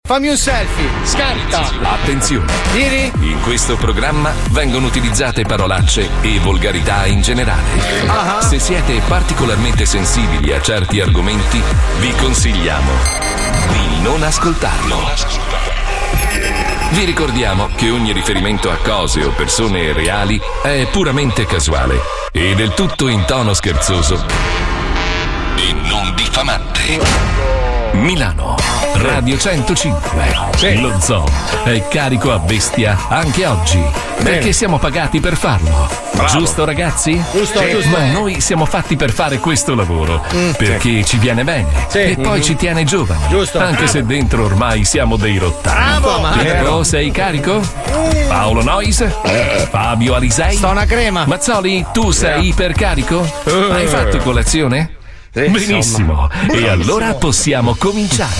fammi un selfie. Scatta. Attenzione. Tiri. In questo programma vengono utilizzate parolacce e volgarità in generale. Se siete particolarmente sensibili a certi argomenti, vi consigliamo di non ascoltarlo. Vi ricordiamo che ogni riferimento a cose o persone reali è puramente casuale e del tutto in tono scherzoso e non diffamante. Milano, Radio 105. Lo Zoo è carico a bestia anche oggi, perché siamo pagati per farlo. Bravo. Giusto, ragazzi? Giusto. Ma noi siamo fatti per fare questo lavoro, perché ci viene bene e poi ci tiene giovani. Giusto. Anche se dentro ormai siamo dei rottami. Filippo, sei carico? Paolo Nois? Fabio Alisei? Sto una crema. Mazzoli, tu sei ipercarico? Hai fatto colazione? Benissimo. E allora possiamo cominciare.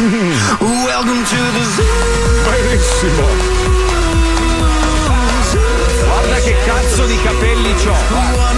Benissimo. Guarda che cazzo di capelli c'ho.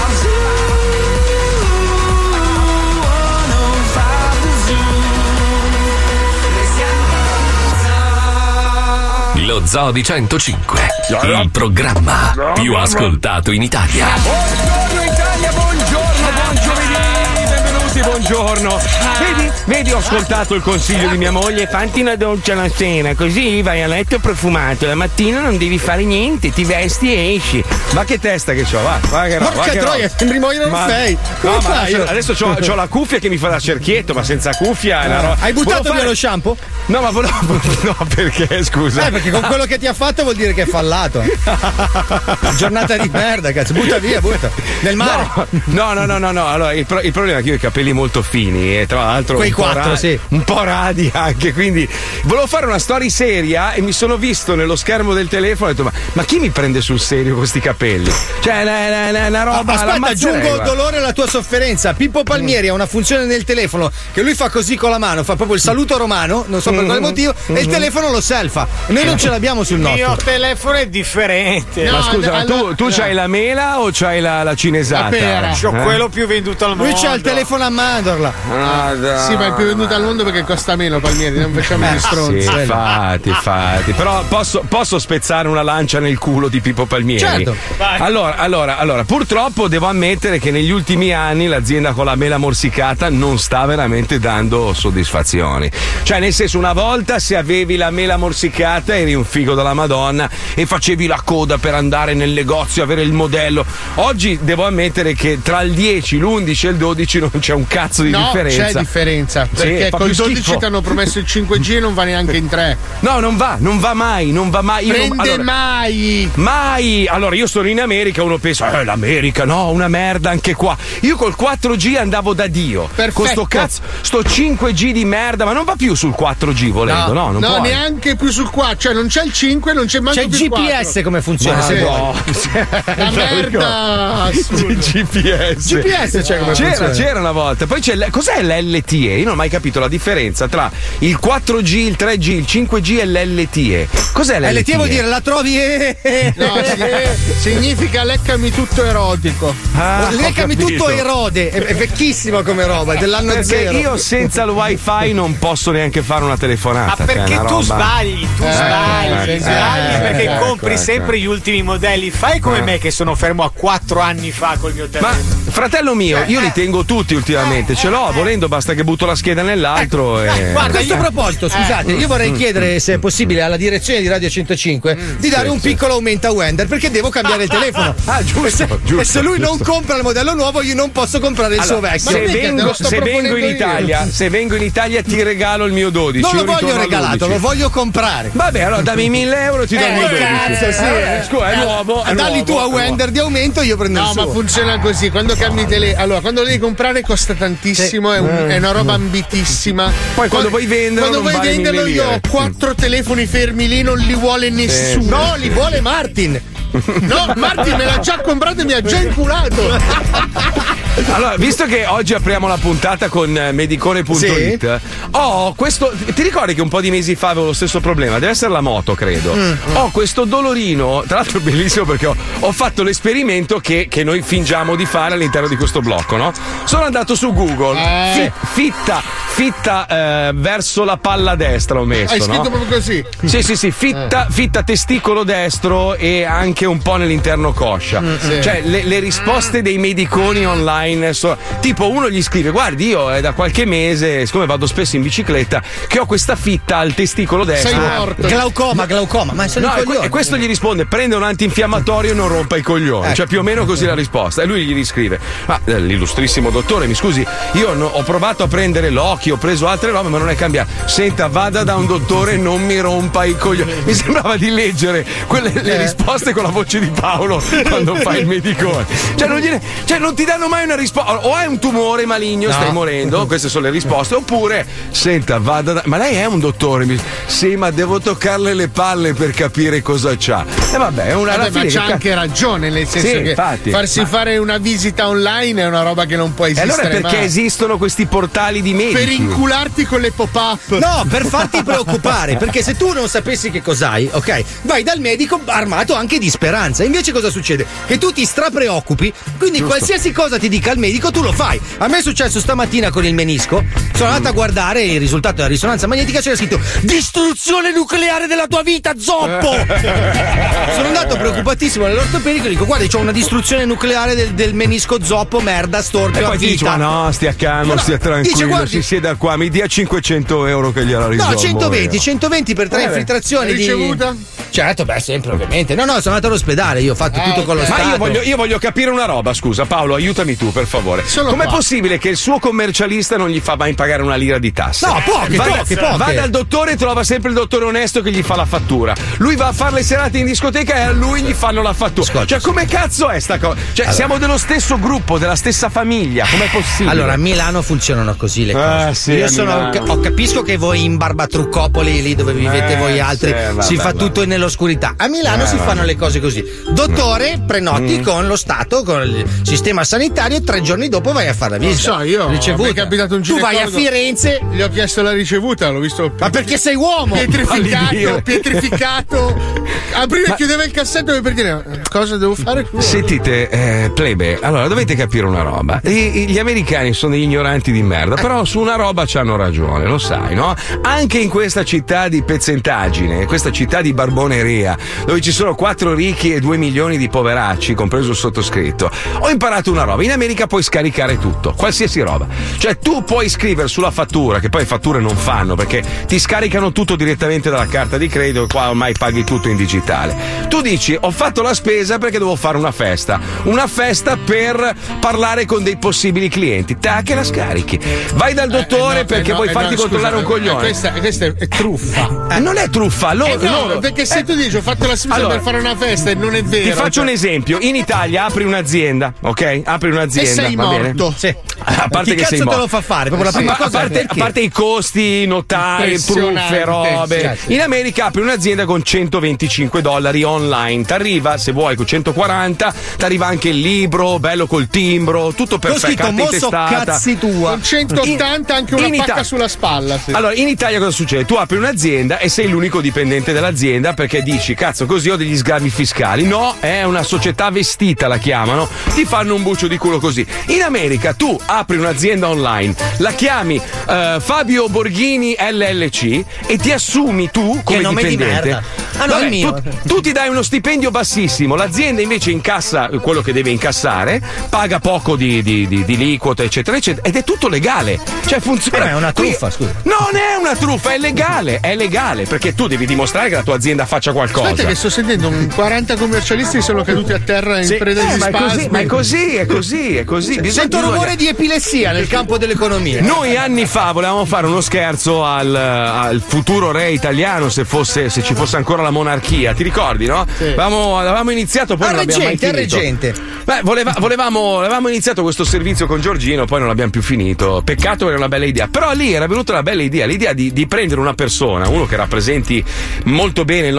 Lo Zoo di 105, il programma più ascoltato in Italia. Buongiorno Italia, buon giovedì, benvenuti, buongiorno. Vedi, ho ascoltato il consiglio di mia moglie, fatti una doccia la sera, così vai a letto profumato, la mattina non devi fare niente, ti vesti e esci. Ma che testa che c'ho, va che roba. Porca troia, sembri Moira Orfei. Come fai? Adesso c'ho la cuffia che mi fa da cerchietto, ma senza cuffia è una roba. Hai buttato via lo shampoo? No, ma volevo. No, perché, scusa? Perché con quello che ti ha fatto vuol dire che è fallato. Giornata di merda, cazzo. Butta via, butta. Nel mare. No. Allora, il problema è che io ho i capelli molto fini e tra l'altro quei quattro, sì. Un po' radi anche, quindi volevo fare una storia seria e mi sono visto nello schermo del telefono e ho detto ma chi mi prende sul serio con questi capelli? Cioè è una roba. Aspetta, aggiungo il dolore alla tua sofferenza. Pippo Palmieri ha una funzione nel telefono che lui fa così con la mano, fa proprio il saluto romano, non so per quale motivo, e il telefono lo selfa. Noi non ce l'abbiamo sul nostro. Il mio telefono è differente. Ma scusa, tu c'hai la mela o c'hai la cinesata? La pera. C'ho quello più venduto al mondo. Lui c'ha il telefono a mandorla. Sì, ma è più venduto al mondo perché costa meno, Palmieri, non facciamo gli stronzi. Sì, infatti. Però posso spezzare una lancia nel culo di Pippo Palmieri? Certo. Allora, purtroppo devo ammettere che negli ultimi anni l'azienda con la mela morsicata non sta veramente dando soddisfazioni. Cioè, nel senso, una volta se avevi la mela morsicata eri un figo della Madonna e facevi la coda per andare nel negozio, avere il modello. Oggi devo ammettere che tra il 10, l'11 e il 12 non c'è un cazzo di differenza. C'è differenza, perché col 12 ti hanno promesso il 5G e non va neanche in 3. No, non va mai. Prende mai. Allora, io sono in America, uno pensa, l'America, no, una merda anche qua. Io col 4G andavo da Dio. Perfetto. Con sto cazzo, sto 5G di merda, ma non va più sul 4G volendo, no, non puoi. Neanche più sul 4, cioè non c'è il 5, non c'è manco C'è il più il 4. GPS come funziona, se vuoi. La merda. GPS c'è come funziona. C'era una volta. Poi cos'è l'LTE? Io non ho mai capito la differenza tra il 4G, il 3G, il 5G e l'LTE. Cos'è l'LTE? LTE vuol dire la trovi No, significa leccami tutto erotico. leccami tutto erode. È vecchissima come roba, è dell'anno perché zero. io senza il wifi non posso neanche fare una telefonata. Ma perché tu sbagli, sbagli perché compri sempre gli ultimi modelli. Fai come me che sono fermo a 4 anni fa col mio telefono. Ma fratello mio, io li tengo tutti ultimamente. Ce l'ho, volendo basta che butto la scheda nell'altro. Guarda, a questo proposito, scusate, io vorrei chiedere se è possibile alla direzione di Radio 105 di dare un piccolo aumento a Wender perché devo cambiare il telefono. Giusto. E se lui non compra il modello nuovo, io non posso comprare il suo vecchio. Se vengo in Italia ti regalo il mio 12. Non lo io voglio regalato, lo voglio comprare. Vabbè, allora dammi 1.000 euro, ti do il mio 12. Cazzo, sì. Scusa, è nuovo. Dalli tu a Wender di aumento, io prendo il suo. No, ma funziona così. Quando cambi allora, quando lo devi comprare costa tantissimo, è una roba ambitissima. Poi quando vuoi venderlo, quando vuoi venderlo, io ho 4 telefoni fermi lì, non li vuole nessuno. No, li vuole Martin. No, Martin me l'ha già comprato e mi ha già inculato. Allora, visto che oggi apriamo la puntata con medicone.it, ho questo. Ti ricordi che un po' di mesi fa avevo lo stesso problema? Deve essere la moto, credo. Ho questo dolorino, tra l'altro bellissimo perché ho fatto l'esperimento che noi fingiamo di fare all'interno di questo blocco, no? Sono andato su Google, fitta verso la palla destra ho messo. Hai scritto no? proprio così? Sì, fitta testicolo destro e anche un po' nell'interno coscia. Cioè le risposte dei mediconi online tipo uno gli scrive: guardi, io è da qualche mese, siccome vado spesso in bicicletta, che ho questa fitta al testicolo destro. Sei morto. Glaucoma, ma sono e questo gli risponde: prende un antinfiammatorio e non rompa i coglioni. Cioè più o meno così la risposta. E lui gli riscrive: ma l'illustrissimo dottore, mi scusi, io ho provato a prendere l'occhio, ho preso altre robe ma non è cambiato. Senta, vada da un dottore e non mi rompa i coglioni. Mi sembrava di leggere le risposte con la voce di Paolo quando fa il medicone. Cioè non ti danno mai una risposta. O hai un tumore maligno, stai morendo, queste sono le risposte. Oppure, senta, vada da. Ma lei è un dottore? Sì, ma devo toccarle le palle per capire cosa c'ha. E vabbè, è una ma c'ha anche ragione, nel senso che infatti, fare una visita online è una roba che non può esistere. E allora perché esistono questi portali di medici? Per incularti con le pop-up. No, per farti preoccupare, perché se tu non sapessi che cos'hai, ok, vai dal medico armato anche di speranza. Invece cosa succede? Che tu ti strapreoccupi, quindi qualsiasi cosa ti dica il medico tu lo fai. A me è successo stamattina con il menisco. Sono andato a guardare il risultato della risonanza magnetica, c'era scritto distruzione nucleare della tua vita, zoppo. Sono andato preoccupatissimo all'ortopedico e dico: guarda, c'ho una distruzione nucleare del menisco, zoppo, merda, storpio. E poi ti dice: ma no, stia calmo, stia tranquillo, si sieda qua, mi dia 500 euro che gliela risolvo. No, 120 per 3 infiltrazioni di ricevuta? Certo, sempre ovviamente. No, sono andato all'ospedale, io ho fatto tutto con lo Stato. Ma io voglio capire una roba, scusa Paolo, aiutami tu per favore. Com'è possibile che il suo commercialista non gli fa mai pagare una lira di tasse? No, poche. Va dal dottore e trova sempre il dottore onesto che gli fa la fattura. Lui va a fare le serate in discoteca e a lui gli fanno la fattura. Cioè, come cazzo è sta cosa? Cioè, allora, siamo dello stesso gruppo, della stessa famiglia, com'è possibile? Allora, a Milano funzionano così le cose. Sì, io capisco che voi in Barbatruccopoli, lì dove vivete voi altri, si fa tutto nell'oscurità. A Milano si fanno le cose così. Dottore, prenoti con lo Stato, con il sistema sanitario, 3 giorni dopo vai a fare la visita. Non so, io ricevuta. Mi è capitato un tu vai a Firenze, gli ho chiesto la ricevuta, l'ho visto. Ma perché sei uomo? Pietrificato. Apriva e chiudeva il cassetto per dire cosa devo fare. Sentite, plebe, allora dovete capire una roba. Gli americani sono degli ignoranti di merda, però su una roba c'hanno ragione, lo sai, no? Anche in questa città di pezzentaggine, questa città di barboneria, dove ci sono 4 ricchi e 2 milioni di poveracci, compreso il sottoscritto, ho imparato una roba. In America puoi scaricare tutto, qualsiasi roba. Cioè tu puoi scrivere sulla fattura, che poi fatture non fanno perché ti scaricano tutto direttamente dalla carta di credito e qua ormai paghi tutto in digitale. Tu dici: ho fatto la spesa perché devo fare una festa per parlare con dei possibili clienti. Tac, e la scarichi. Vai dal dottore perché vuoi farti controllare un coglione. Questa è truffa. Non è truffa, perché se tu dici ho fatto la spesa per fare una festa e non è vero. Ti faccio un esempio: in Italia apri un'azienda, ok? Apri un'azienda, e sei va morto. Bene? Sì. A parte che sei morto. te lo fa fare? Proprio la prima cosa a parte i costi, notai, truffe, robe. In America apri un'azienda con $125 online. T'arriva, se vuoi, con 140, t'arriva anche il libro, bello col timbro, tutto perfetto. Carta intestata. Cazzi tua. Con 180 anche una pacca sulla spalla. Sì. Allora, in Italia cosa succede? Tu apri un'azienda e sei l'unico dipendente dell'azienda perché dici: cazzo, così ho degli sgravi fiscali. No, è una società vestita, la chiamano. Ti fanno un buccio di culo così. In America tu apri un'azienda online, la chiami Fabio Borghini LLC e ti assumi tu come dipendente. Tu ti dai uno stipendio bassissimo, l'azienda invece incassa quello che deve incassare, paga poco di liquota, eccetera, eccetera, ed è tutto legale. Cioè funziona. È una truffa, scusa. Non è una truffa, è legale, perché tu devi dimostrare che la tua azienda faccia qualcosa. Aspetta che sto sentendo 40 commercialisti sono caduti a terra in preda di spasmi. Ma è così. Sento rumore di epilessia nel campo dell'economia. Noi anni fa volevamo fare uno scherzo al futuro re italiano, se ci fosse ancora la monarchia, ti ricordi, no? Sì. Avevamo iniziato, poi non l'abbiamo mai finito. Reggente. Beh, avevamo iniziaato questo servizio con Giorgino, poi non l'abbiamo più finito. Peccato, era una bella idea. Però lì era venuta una bella idea, l'idea di prendere una persona, uno che rappresenti molto bene il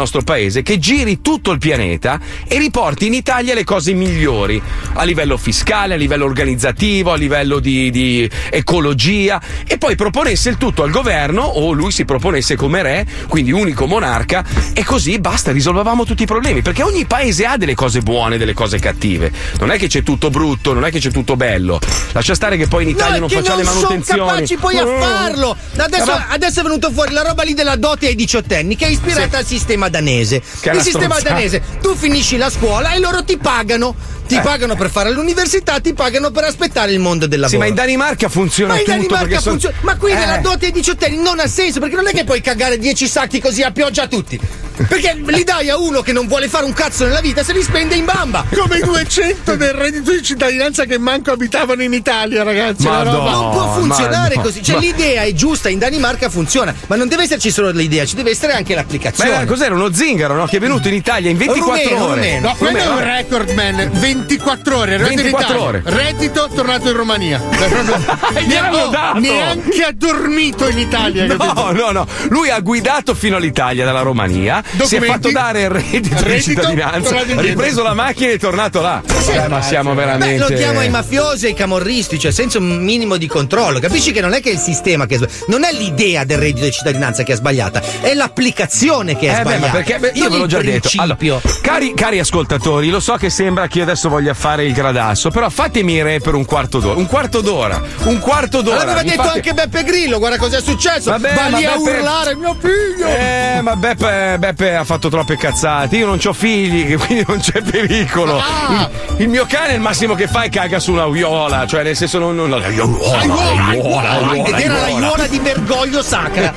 nostro paese che giri tutto il pianeta e riporti in Italia le cose migliori a livello fiscale, a livello organizzativo, a livello di ecologia, e poi proponesse il tutto al governo, o lui si proponesse come re, quindi unico monarca, e così basta, risolvevamo tutti i problemi, perché ogni paese ha delle cose buone, delle cose cattive, non è che c'è tutto brutto, non è che c'è tutto bello. Lascia stare che poi in Italia non facciamo le manutenzioni. Sono capaci poi a farlo. Adesso è venuto fuori la roba lì della dote ai diciottenni, che è ispirata al sistema danese. Il sistema danese, tu finisci la scuola e loro ti pagano. Ti pagano per fare l'università, ti pagano per aspettare il mondo del lavoro. Sì, ma in Danimarca funziona tutto. Ma qui nella dote ai diciottenni non ha senso, perché non è che puoi cagare 10 sacchi così a pioggia a tutti. Perché li dai a uno che non vuole fare un cazzo nella vita, se li spende in bamba. Come i 200 del reddito di cittadinanza che manco abitavano in Italia, ragazzi. Non può funzionare così. Cioè, l'idea è giusta, in Danimarca funziona, ma non deve esserci solo l'idea, ci deve essere anche l'applicazione. Ma cos'era? Uno zingaro, no? Che è venuto in Italia in 24 ore. No, quello è un record, man. 24 ore, 24 ore. Reddito tornato in Romania. Dato. Neanche ha dormito in Italia. No. Lui ha guidato fino all'Italia dalla Romania. Si è fatto dare il reddito di cittadinanza, ha ripreso la macchina e è tornato là. Ma siamo veramente. Lo chiamo ai mafiosi e ai camorristi, cioè senza un minimo di controllo. Capisci che non è che è il sistema che non è l'idea del reddito di cittadinanza che è sbagliata, è l'applicazione che è sbagliata. Ma perché io ve l'ho già detto. Allora, cari ascoltatori, lo so che sembra che io adesso voglia fare il gradasso, però fatemi re per un quarto d'ora. L'aveva detto anche Beppe Grillo, guarda cosa è successo. Va lì a urlare, mio figlio. Ma Beppe ha fatto troppe cazzate. Io non c'ho figli, quindi non c'è pericolo. Il mio cane il massimo che fa è caga su una uiola, cioè nel senso non la uiola. Ed era la uiola di Bergoglio sacra.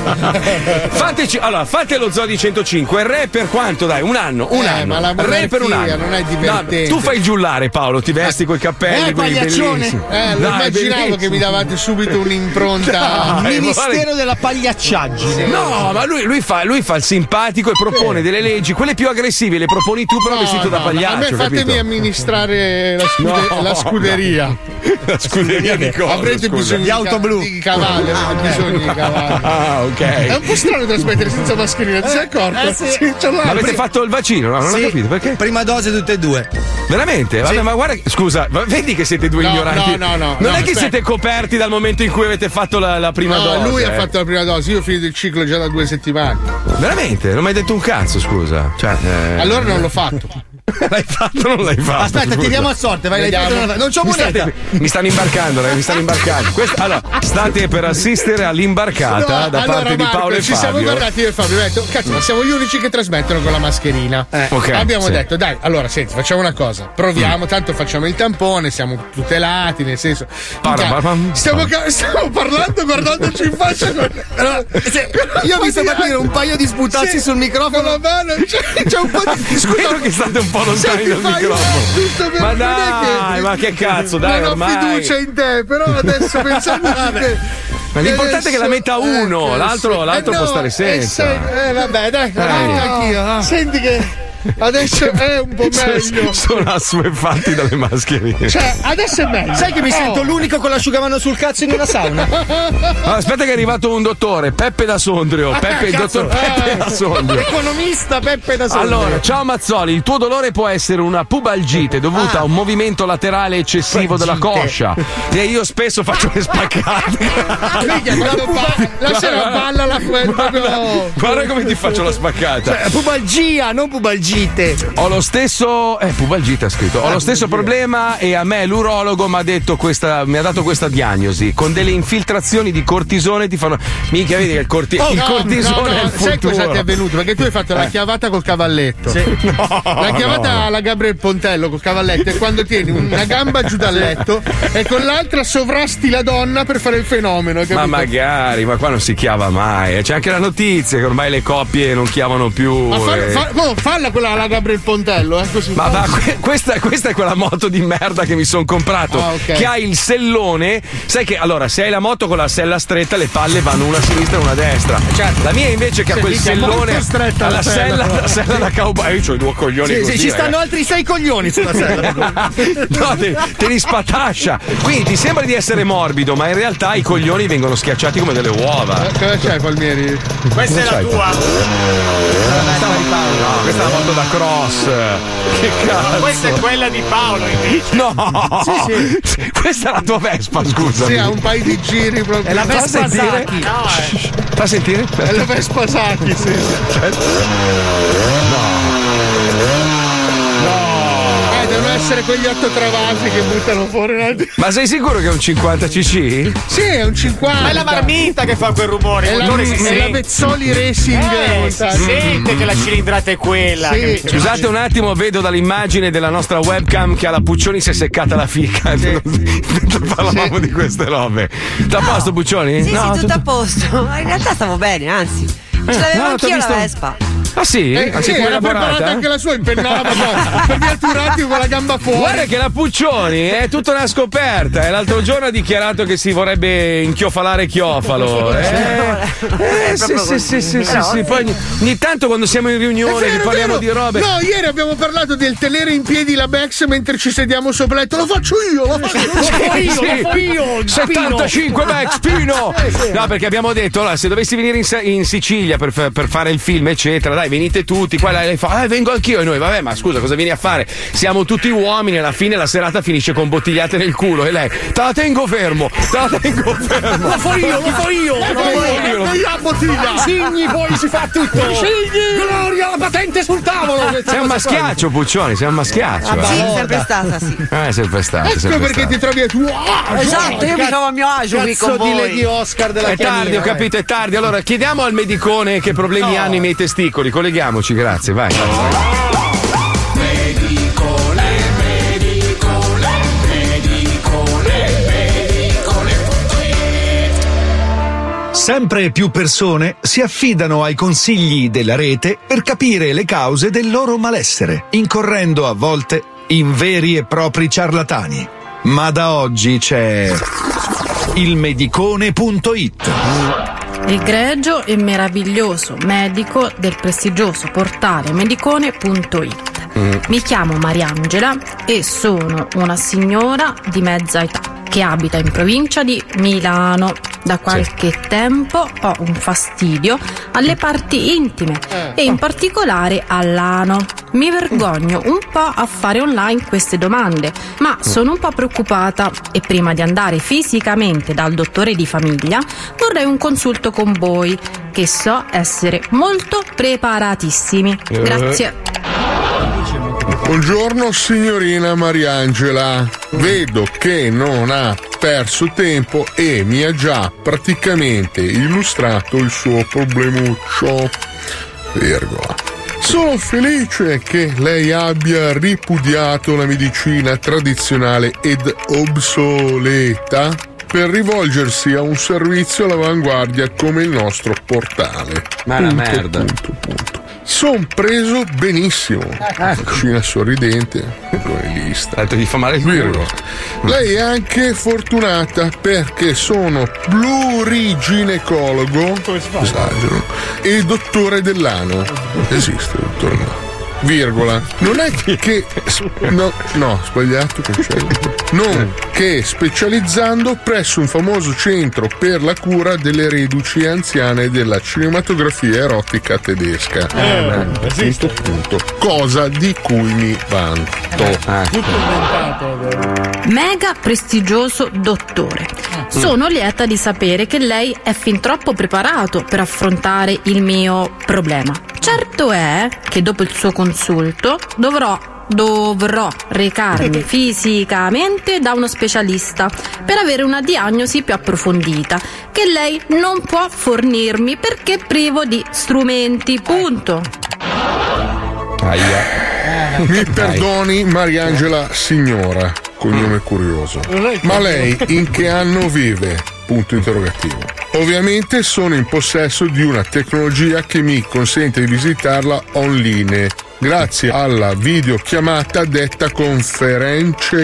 Fate lo Zodi 105. Re per quanto? Dai, un anno. Ma la re per un anno. Non è divertente. Tu fai il giullare, Paolo, ti vesti coi cappelli, quelli bellissimi. Lo immaginavo che mi davate subito un'impronta. Ministero della pagliacciaggine. No, ma lui fa il simpatico e propone delle leggi, quelle più aggressive le proponi tu, però vestito da pagliaccio. A me fatemi amministrare la scuderia. La scuderia di cosa? Avrete bisogno di auto blu. Di cavalli, avrete bisogno di cavalli. Ok. È un po' strano trasmettere senza mascherina, ti sei accorto? Sì. Ma avete fatto il vaccino? No? Non ho capito perché. Prima dose tutte e due. Veramente? Vabbè, ma guarda, scusa, vedi che siete due ignoranti. No. Non è che siete coperti dal momento in cui avete fatto la prima dose. No, lui ha fatto la prima dose, io ho finito il ciclo già da 2 settimane. Veramente? Non mi hai detto un cazzo, scusa. Allora non l'ho fatto. L'hai fatto o non l'hai fatto? Aspetta, scusa. tiriamo a sorte, vai, non c'ho moneta. Mi stanno imbarcando, allora, state per assistere all'imbarcata da parte di Paolo e Fabio. Ci siamo guardati io e Fabio, abbiamo detto, cazzo, ma siamo gli unici che trasmettono con la mascherina. Abbiamo detto, dai, allora senti, facciamo una cosa, proviamo, tanto facciamo il tampone, siamo tutelati, nel senso. Stiamo parlando guardandoci in faccia. Io ho visto partire un paio di sputazzi sul microfono. Con la mano, c'è un po' di. Spero che state un po' lontani dal microfono. Ma dai, ma che cazzo, dai, ormai. Non ho fiducia in te, però adesso pensando che. Ma l'importante è che la metta uno, l'altro può stare senza. Vabbè, dai, anch'io. Senti che. Adesso è un po' meglio. Sono assuefatti dalle mascherine. Cioè, adesso è meglio. Sai che mi sento l'unico con l'asciugamano sul cazzo in una sauna? Aspetta che è arrivato un dottore, Peppe da Sondrio. Il dottor Peppe da Sondrio. Economista Peppe da Sondrio. Allora, ciao Mazzoli, il tuo dolore può essere una pubalgite dovuta a un movimento laterale eccessivo della coscia. E io spesso faccio le spaccate. La sera balla la Guarda come ti faccio la spaccata. Pubalgia, non pubalgite. Ho lo stesso pubalgite ha scritto. Ho lo stesso problema e a me l'urologo mi ha dato questa diagnosi. Con delle infiltrazioni di cortisone ti fanno. Minchia, vedi che il cortisone è il futuro. Sai cosa ti è avvenuto? Perché tu hai fatto la chiavata col cavalletto. La chiavata alla Gabriel Pontello col cavalletto è quando tieni una gamba giù dal letto e con l'altra sovrasti la donna per fare il fenomeno. Ma magari, ma qua non si chiava mai. C'è anche la notizia che ormai le coppie non chiamano più. Ma falla quella alla Gabriel Pontello, così. Ma questa è quella moto di merda che mi sono comprato, okay. Che ha il sellone. Sai che allora, se hai la moto con la sella stretta, le palle vanno una a sinistra e una a destra. Certo. La mia invece che ha quel sellone, la sella da cowboy. Io ho i due coglioni così. Ci stanno altri 6 coglioni sulla sella. No, te li spatascia. Quindi ti sembra di essere morbido, ma in realtà i coglioni vengono schiacciati come delle uova. Cosa c'hai, Palmieri? Questa è la tua. No, questa è la moto da cross. Che cazzo? Questa è quella di Paolo invece. No! Sì. Questa è la tua Vespa, scusa. Sì, ha un paio di giri proprio. È la Vespa Sacchi. No, Fa sentire? È la Vespa Sacchi, sì. Devono essere quegli 8 travasi che buttano fuori una... Ma sei sicuro che è un 50cc? Sì, è un 50. ma è la marmita che fa quel rumore. È la Vezzoli Racing. Si sente che la cilindrata è quella. Sì. Scusate un attimo, vedo dall'immagine della nostra webcam che alla Puccioni si è seccata la fica. Parlavamo di queste robe. Tutto a posto, Puccioni? Sì, tutto a posto. Ma in realtà stavo bene, anzi. Ce l'avevo anch'io la Vespa. Ah sì? Sì, era preparata anche la sua, impennava per via Turati con la gamba fuori. Guarda che la Puccioni è tutta una scoperta. E l'altro giorno ha dichiarato che si vorrebbe inchiofalare Chiofalo. Sì. Poi ogni tanto quando siamo in riunione parliamo di robe. No, ieri abbiamo parlato del tenere in piedi la Bex mentre ci sediamo sopra letto. Lo faccio io. 75 Bex, Pino. No, perché abbiamo detto, allora, se dovessi venire in Sicilia per fare il film, eccetera, dai, venite tutti. Qua lei fa, vengo anch'io. E noi, vabbè, ma scusa, cosa vieni a fare? Siamo tutti uomini, alla fine la serata finisce con bottigliate nel culo. E lei, te la tengo fermo. Lo fo io. La bottiglia. Signi, poi si fa tutto. Signi. Gloria, la patente sul tavolo. Sei un maschiaccio, Puccioni, sei un maschiaccio. Sì, sempre stata, sì. Sempre stato. Ecco perché ti trovi a tuo Esatto, io mi trovo a mio agio qui con voi. Cazzo di Oscar della È tardi, ho capito, è tardi. Allora, chiediamo al medicone che problemi hanno i miei testicoli. Colleghiamoci, grazie, vai. Sempre più persone si affidano ai consigli della rete per capire le cause del loro malessere, incorrendo a volte in veri e propri ciarlatani. Ma da oggi c'è il medicone.it. Egregio e meraviglioso medico del prestigioso portale medicone.it. Mi chiamo Mariangela e sono una signora di mezza età che abita in provincia di Milano. Da qualche tempo ho un fastidio alle parti intime e in particolare all'ano. Mi vergogno un po' a fare online queste domande, ma sono un po' preoccupata e prima di andare fisicamente dal dottore di famiglia vorrei un consulto con voi, che so essere molto preparatissimi. Grazie. Buongiorno signorina Mariangela, vedo che non ha perso tempo e mi ha già praticamente illustrato il suo problemuccio. Virgola. Sono felice che lei abbia ripudiato la medicina tradizionale ed obsoleta per rivolgersi a un servizio all'avanguardia come il nostro portale. Ma è una merda. Son preso benissimo. Cucina sorridente, lista. Detto, gli fa male il culo. Lei è anche fortunata perché sono pluriginecologo, esagero, e dottore dell'ano. Esiste dottore dell'ano. Virgola. Non è che no, sbagliato cancello. Non che specializzando presso un famoso centro per la cura delle reduci anziane della cinematografia erotica tedesca. Esiste appunto. Cosa di cui mi vanto. Tutto inventato. Mega prestigioso dottore. Sono lieta di sapere che lei è fin troppo preparato per affrontare il mio problema. Certo è che dopo il suo consulto dovrò recarmi fisicamente da uno specialista per avere una diagnosi più approfondita che lei non può fornirmi perché privo di strumenti. Punto. Mi perdoni Mariangela signora, cognome curioso, ma lei in che anno vive? Punto interrogativo. Ovviamente sono in possesso di una tecnologia che mi consente di visitarla online grazie alla videochiamata detta conferenze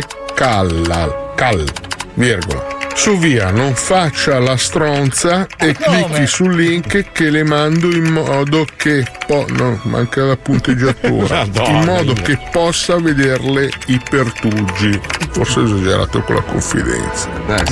virgola. Su via, non faccia la stronza e clicchi sul link che le mando in modo che no, manca la punteggiatura. In modo che possa vederle i pertugi. Forse ho esagerato con la confidenza.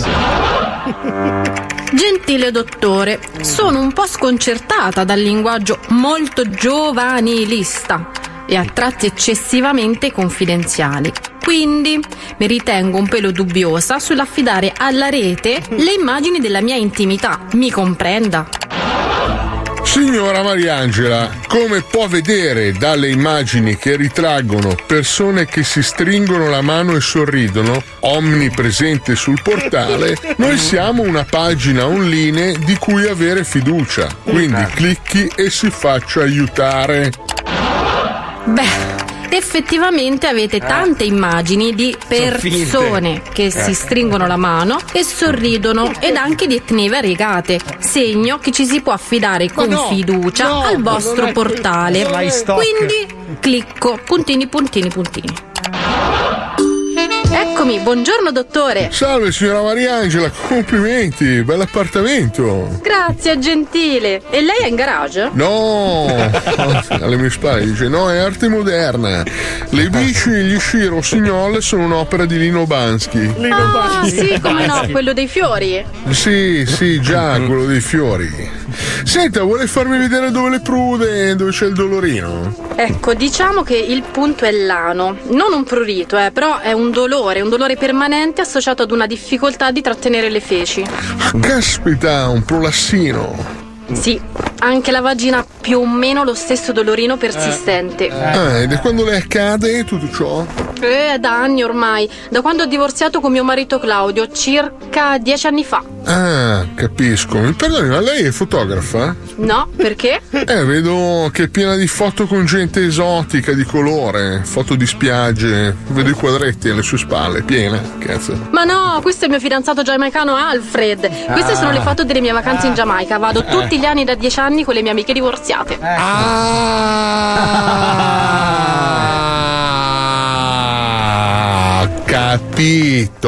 Gentile dottore, sono un po' sconcertata dal linguaggio molto giovanilista e a tratti eccessivamente confidenziali. Quindi mi ritengo un pelo dubbiosa sull'affidare alla rete le immagini della mia intimità. Mi comprenda? Signora Mariangela, come può vedere dalle immagini che ritraggono persone che si stringono la mano e sorridono, omnipresente sul portale, noi siamo una pagina online di cui avere fiducia. Quindi clicchi e si faccia aiutare. Beh, effettivamente avete tante immagini di persone che si stringono la mano e sorridono ed anche di etnie variegate, segno che ci si può affidare con fiducia al vostro portale. Quindi clicco, puntini. Eccomi, buongiorno dottore. Salve signora Mariangela, complimenti, bell'appartamento. Grazie, gentile. E lei è in garage? No, alle mie spalle dice no, è arte moderna. Le bici e gli sci rossignol sono un'opera di Lino Bansky. Sì, come no, quello dei fiori. Sì, già, quello dei fiori. Senta, vuole farmi vedere dove le prude, dove c'è il dolorino? Ecco, diciamo che il punto è l'ano. Non un prurito, però è un dolore permanente associato ad una difficoltà di trattenere le feci. Caspita, un prolassino. Sì, anche la vagina ha più o meno lo stesso dolorino persistente. Ed è quando le accade tutto ciò? Da anni ormai, da quando ho divorziato con mio marito Claudio, circa 10 anni fa. Ah, capisco. Mi perdoni, ma lei è fotografa? No, perché? Vedo che è piena di foto con gente esotica, di colore, foto di spiagge, vedo i quadretti alle sue spalle, piena, cazzo. Ma no, questo è il mio fidanzato giamaicano Alfred. Queste sono le foto delle mie vacanze in Giamaica, vado tutti gli anni da 10 anni con le mie amiche divorziate. Capito.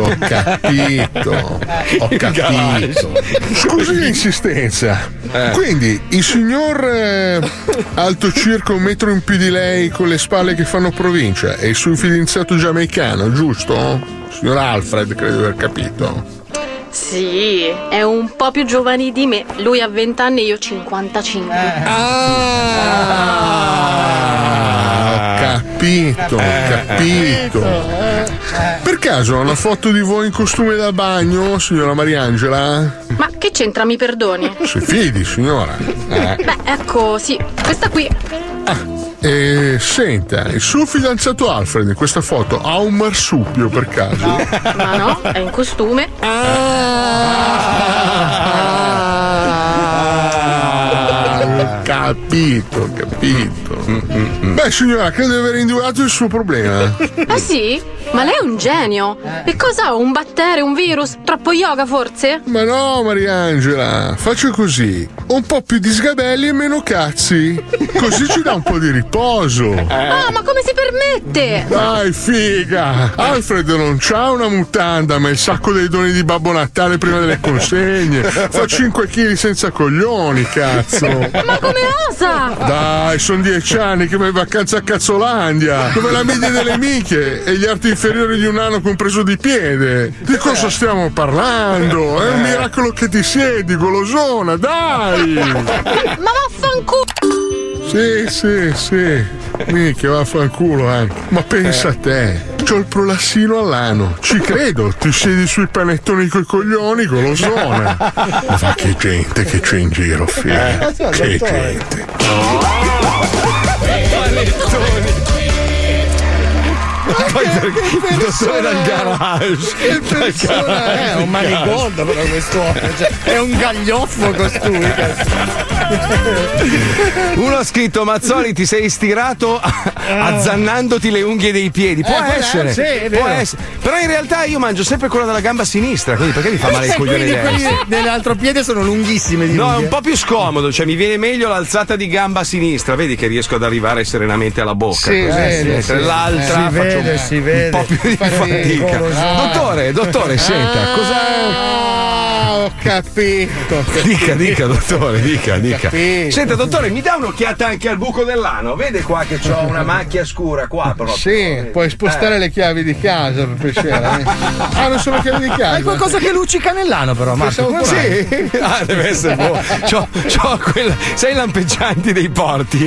Ho capito. Scusi l'insistenza. Quindi il signor alto circa 1 metro in più di lei con le spalle che fanno provincia è il suo fidanzato giamaicano, giusto? Signor Alfred, credo di aver capito. Sì, è un po' più giovane di me. Lui ha 20 anni e io 55. Capito. Per caso ha una foto di voi in costume da bagno, signora Mariangela? Ma che c'entra, mi perdoni? Si fidi, signora. Beh, ecco, sì, questa qui. Senta, il suo fidanzato Alfred in questa foto ha un marsupio per caso? Ma no, è in costume. Capito. Beh, signora, credo di aver individuato il suo problema. Ah sì? Ma lei è un genio. E cosa ha? Un batterio, un virus? Troppo yoga forse? Ma no, Mariangela, faccio così. Un po' più di sgabelli e meno cazzi. Così ci dà un po' di riposo. Ma come si permette? Dai, figa. Alfred non c'ha una mutanda, ma il sacco dei doni di Babbo Natale prima delle consegne. Fa 5 kg senza coglioni, cazzo. Ma come osa? Dai, sono 10 anni che vai in vacanza a Cazzolandia, dove la media delle minchie e gli arti inferiori di un anno compreso di piede. Di cosa stiamo parlando? È un miracolo che ti siedi, golosona, dai! Ma vaffanculo! Sì. Minchia, vaffanculo anche. Ma pensa a te, c'ho il prolassino all'ano. Ci credo, ti siedi sui panettoni coi coglioni, golosona. Ma che gente che c'è in giro, figlio. Che gente. Poi il dottore dal garage. Che persona è? Un manicondo però quest'uomo, cioè, è un gaglioffo costui. Uno ha scritto: Mazzoli, ti sei stirato azzannandoti le unghie dei piedi. Può essere, sì, è può vero. essere. Però in realtà io mangio sempre quella della gamba sinistra, quindi perché mi fa male il coglione Quindi quelli destro? dell'altro piede sono lunghissime di No, è unghie. un po' più scomodo, cioè mi viene meglio l'alzata di gamba sinistra, vedi che riesco ad arrivare serenamente alla bocca. Sì, così, vede, mentre sì. l'altra Si faccio vede, si vede. un po' più di fatica. Dottore, senta, Ho capito. Dica, dottore, dica. Capito. Senta, dottore, mi dà un'occhiata anche al buco dell'ano? Vede qua che ho una macchia scura qua proprio. Sì, puoi spostare le chiavi di casa per piacere. Ah, non sono chiavi di casa. Hai qualcosa che luccica nell'ano, però, Marco. Pensavo Come mai? Sì, deve essere buono. C'ho quella. Sai i lampeggianti dei porti?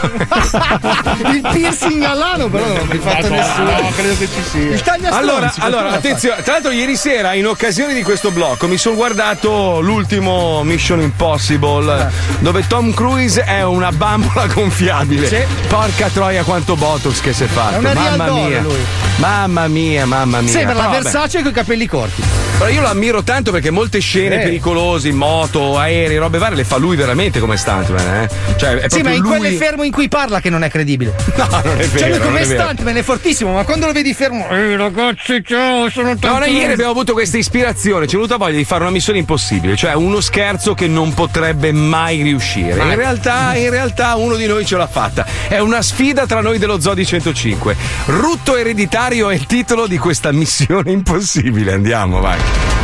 Il piercing all'ano, però non mi fatto nessuno. No, credo che ci sia. Il tagliastronzi. Allora, attenzione. Tra l'altro, ieri sera, in occasione di questo blocco, mi sono guardato l'ultimo Mission Impossible, dove Tom Cruise è una bambola gonfiabile. Sì. Porca troia, quanto botox che si è fatto. È una Mamma Rialdone, mia. lui. Mamma mia. Sembra la Però, vabbè. Versace con i capelli corti. Però io lo ammiro tanto perché molte scene pericolose in moto, aerei, robe varie le fa lui veramente come stuntman, eh? Cioè, è Sì, proprio ma in lui... quelle fermo in cui parla che non è credibile. No, non è vero. Cioè lui non come è vero. stuntman è fortissimo, ma quando lo vedi fermo, ragazzi, ciao, sono tanto. No, noi ieri abbiamo avuto questa ispirazione, ci è venuta voglia di fare una missione impossibile, cioè uno scherzo che non potrebbe mai riuscire. In realtà uno di noi ce l'ha fatta. È una sfida tra noi dello Zoo di 105. Rutto ereditario è il titolo di questa missione impossibile. Andiamo, vai.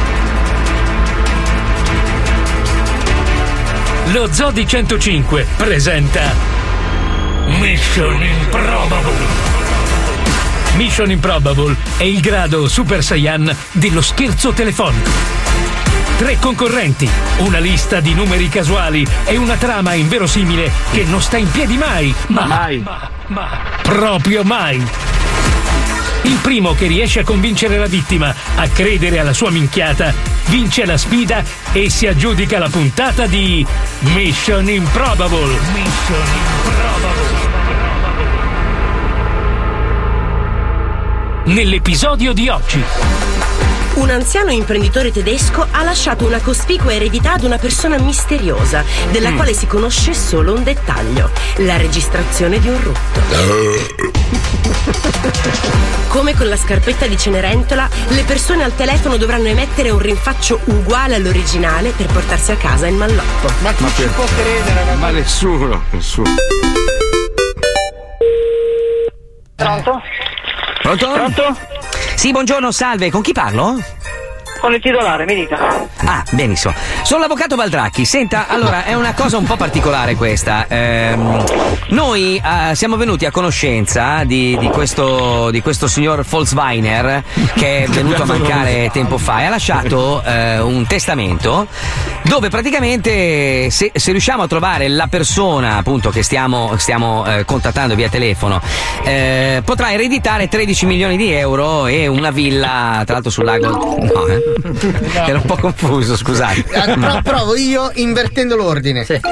Lo Zoo di 105 presenta Mission Improbable. Mission Improbable è il grado Super Saiyan dello scherzo telefonico. 3 concorrenti, una lista di numeri casuali e una trama inverosimile che non sta in piedi mai, ma proprio mai. Il primo che riesce a convincere la vittima a credere alla sua minchiata vince la sfida e si aggiudica la puntata di Mission Improbable. Mission Improbable. Nell'episodio di oggi. Un anziano imprenditore tedesco ha lasciato una cospicua eredità ad una persona misteriosa, della quale si conosce solo un dettaglio: la registrazione di un rutto. Come con la scarpetta di Cenerentola, le persone al telefono dovranno emettere un rinfaccio uguale all'originale per portarsi a casa il malloppo. Ma chi ci può credere? Ma nessuno. Pronto? Pronto? Sì, buongiorno, salve, con chi parlo? Con il titolare, mi dica. Ah, benissimo. Sono l'avvocato Baldracchi. Senta, allora, è una cosa un po' particolare questa. Noi siamo venuti a conoscenza di questo signor Volkswainer che è venuto a mancare tempo fa e ha lasciato un testamento dove praticamente se riusciamo a trovare la persona appunto che stiamo contattando via telefono potrà ereditare 13 milioni di euro e una villa tra l'altro sul lago. No, Ero un po' confuso, scusate. Provo io invertendo l'ordine. Sì.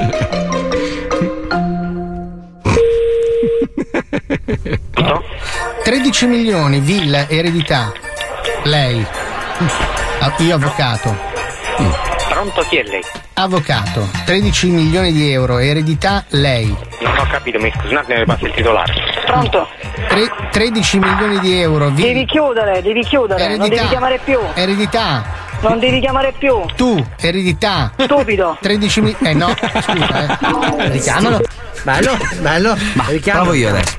13 milioni, villa, eredità. Lei. Io avvocato. Pronto, chi è lei? Avvocato. 13 milioni di euro, eredità, lei. Non ho capito, mi scusi un attimo, mi passa il titolare. Pronto? 13 milioni di euro. Devi chiudere, eredità. non devi chiamare più. Eredità. Non devi chiamare più. Tu, eredità. Stupido. 13 milioni. No, scusa, Richiamalo. Bello. Ma provo io adesso,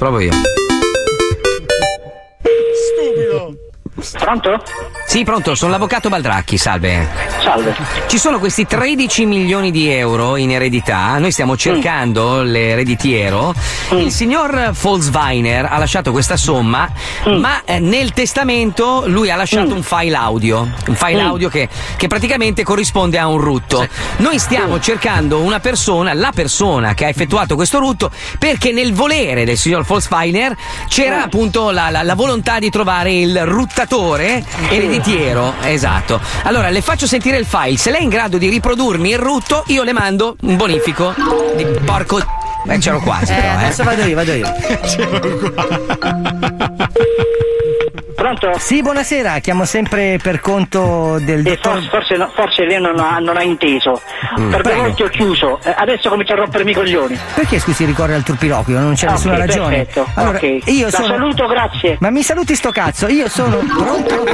Stupido. Pronto? Sì, pronto, sono l'avvocato Baldracchi, salve. Salve. Ci sono questi 13 milioni di euro in eredità, noi stiamo cercando l'ereditiero. Il signor Volkswainer ha lasciato questa somma, ma nel testamento lui ha lasciato un file audio, che praticamente corrisponde a un rutto. Noi stiamo cercando la persona che ha effettuato questo rutto, perché nel volere del signor Volkswainer c'era appunto la volontà di trovare il ruttatore ereditiero. Esatto. Allora le faccio sentire il file, se lei è in grado di riprodurmi il rutto io le mando un bonifico di porco. C'ero quasi, però. Adesso vado io. C'ero qua. Pronto? Sì, buonasera, chiamo sempre per conto del dottor. Forse lei non ha inteso. Per due volte ho chiuso, adesso comincia a rompermi i coglioni. Perché scusi ricorre al turpiloquio? Non c'è nessuna ragione. Perfetto. Allora, io La saluto, grazie. Ma mi saluti sto cazzo, io sono pronto.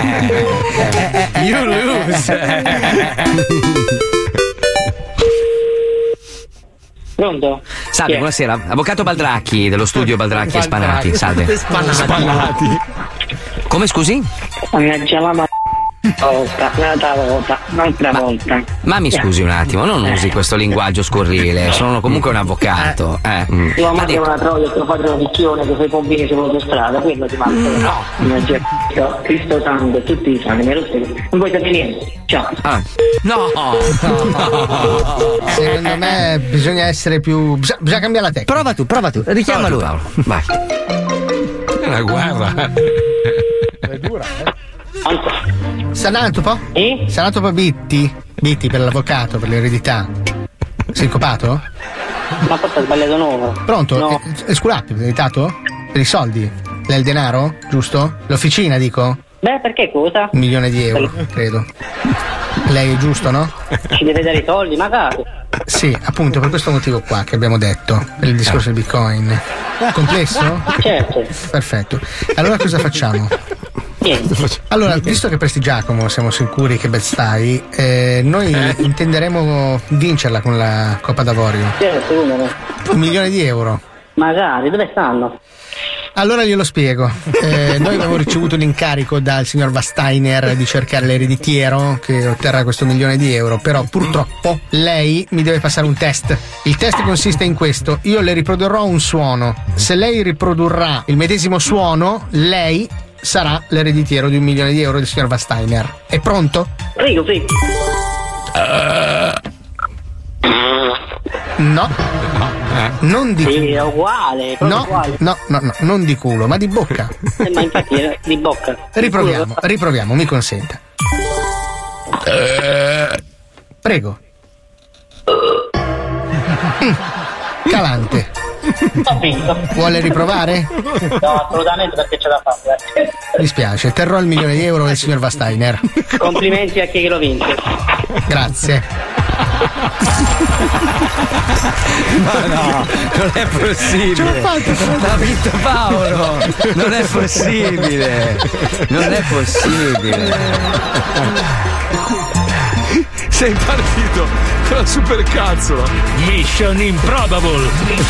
You lose. Pronto? Salve, buonasera. Avvocato Baldracchi dello studio Baldracchi e Spanati. Salve. Spanati. Come scusi? Un'altra volta. Ma mi scusi un attimo, non usi questo linguaggio scurrile, sono comunque un avvocato. Tua madre è una troia, tuo padre è una picchione che fai pompini sull'autostrada, quello ti mando. No. Cristo santo, tutti i santi, non vuoi sapere niente. Ciao. No. Secondo me bisogna essere più. Bisogna cambiare la tecnica. Prova tu, richiama lui. Paolo. Vai. È una guerra. È dura, Sanatopo? Sanatopo Bitti per l'avvocato, per l'eredità. Sei copato? Ma forse ha sbagliato nuovo. Pronto? No. Scusate, ereditato? Per i soldi? Lei il denaro? Giusto? L'officina, dico? Beh, perché cosa? 1 milione di euro, credo. Lei è giusto, no? Ci deve dare i soldi, magari. Sì, appunto, per questo motivo qua che abbiamo detto, per il discorso del Bitcoin. Complesso? Certo. Perfetto. Allora cosa facciamo? Allora, visto che Prestigiacomo siamo sicuri che stai, noi intenderemo vincerla con la Coppa d'Avorio. Certo, numero. 1 milione di euro. Magari, dove stanno? Allora glielo spiego. Noi abbiamo ricevuto l'incarico dal signor Vasteiner di cercare l'ereditiero che otterrà questo 1 milione di euro, però purtroppo lei mi deve passare un test. Il test consiste in questo: io le riprodurrò un suono. Se lei riprodurrà il medesimo suono, lei sarà l'ereditiero di 1 milione di euro del signor Vasteiner. È pronto? Prego. No. Non di culo. È uguale. Uguale. No, non di culo, ma di bocca. Ma infatti era di bocca. Riproviamo, mi consenta. Prego. Calante. Vuole riprovare? No, assolutamente, perché c'è da fare. Mi spiace, terrò il 1 milione di euro del signor Vasteiner. Complimenti a chi lo vince. Grazie. Ma no, non è possibile. Ce l'ho fatto. L'ha vinto Paolo. Non è possibile. Sei partito con la supercazzola. Mission Improbable.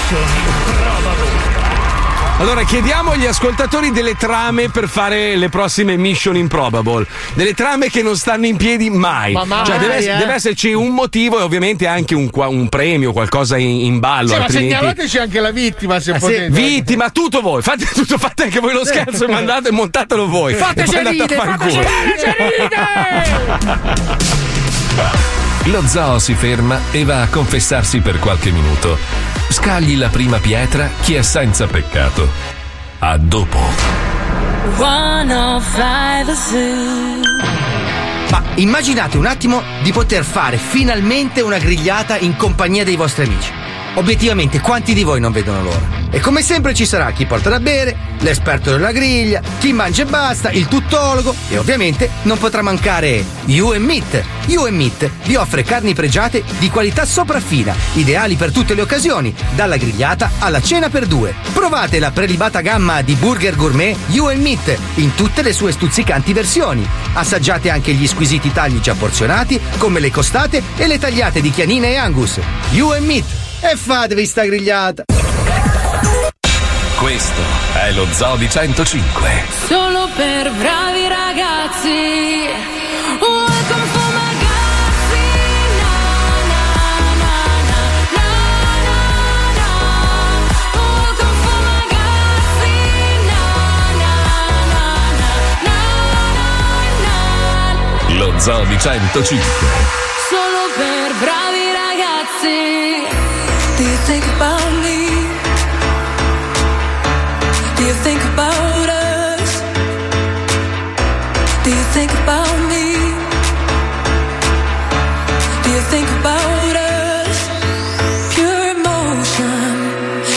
Allora chiediamo agli ascoltatori delle trame per fare le prossime Mission Improbable. Delle trame che non stanno in piedi mai. Cioè deve esserci un motivo e ovviamente anche un premio, qualcosa in ballo. Sì, altrimenti... ma segnalateci anche la vittima se potete. Vittima, tutto voi. Fate anche voi lo scherzo e montatelo voi. Fateci ride. Lo zoo si ferma e va a confessarsi per qualche minuto. Scagli la prima pietra chi è senza peccato. A dopo. Ma immaginate un attimo di poter fare finalmente una grigliata in compagnia dei vostri amici. Obiettivamente, quanti di voi non vedono l'ora? E come sempre ci sarà chi porta da bere, l'esperto della griglia, chi mangia e basta, il tuttologo e ovviamente non potrà mancare You & Meat. You & Meat vi offre carni pregiate di qualità sopraffina, ideali per tutte le occasioni, dalla grigliata alla cena per due. Provate la prelibata gamma di burger gourmet You & Meat in tutte le sue stuzzicanti versioni. Assaggiate anche gli squisiti tagli già porzionati, come le costate e le tagliate di chianina e angus. You & Meat. E fatevi sta grigliata. Questo è lo Zoo di 105. Solo per bravi ragazzi. Welcome for my ragazzi. Na na na na na na na. Welcome for my ragazzi. Na na na na na na. Lo Zoo di 105. Solo per bravi ragazzi. Do you think about me? Do you think about us? Do you think about me? Do you think about us? Pure emotion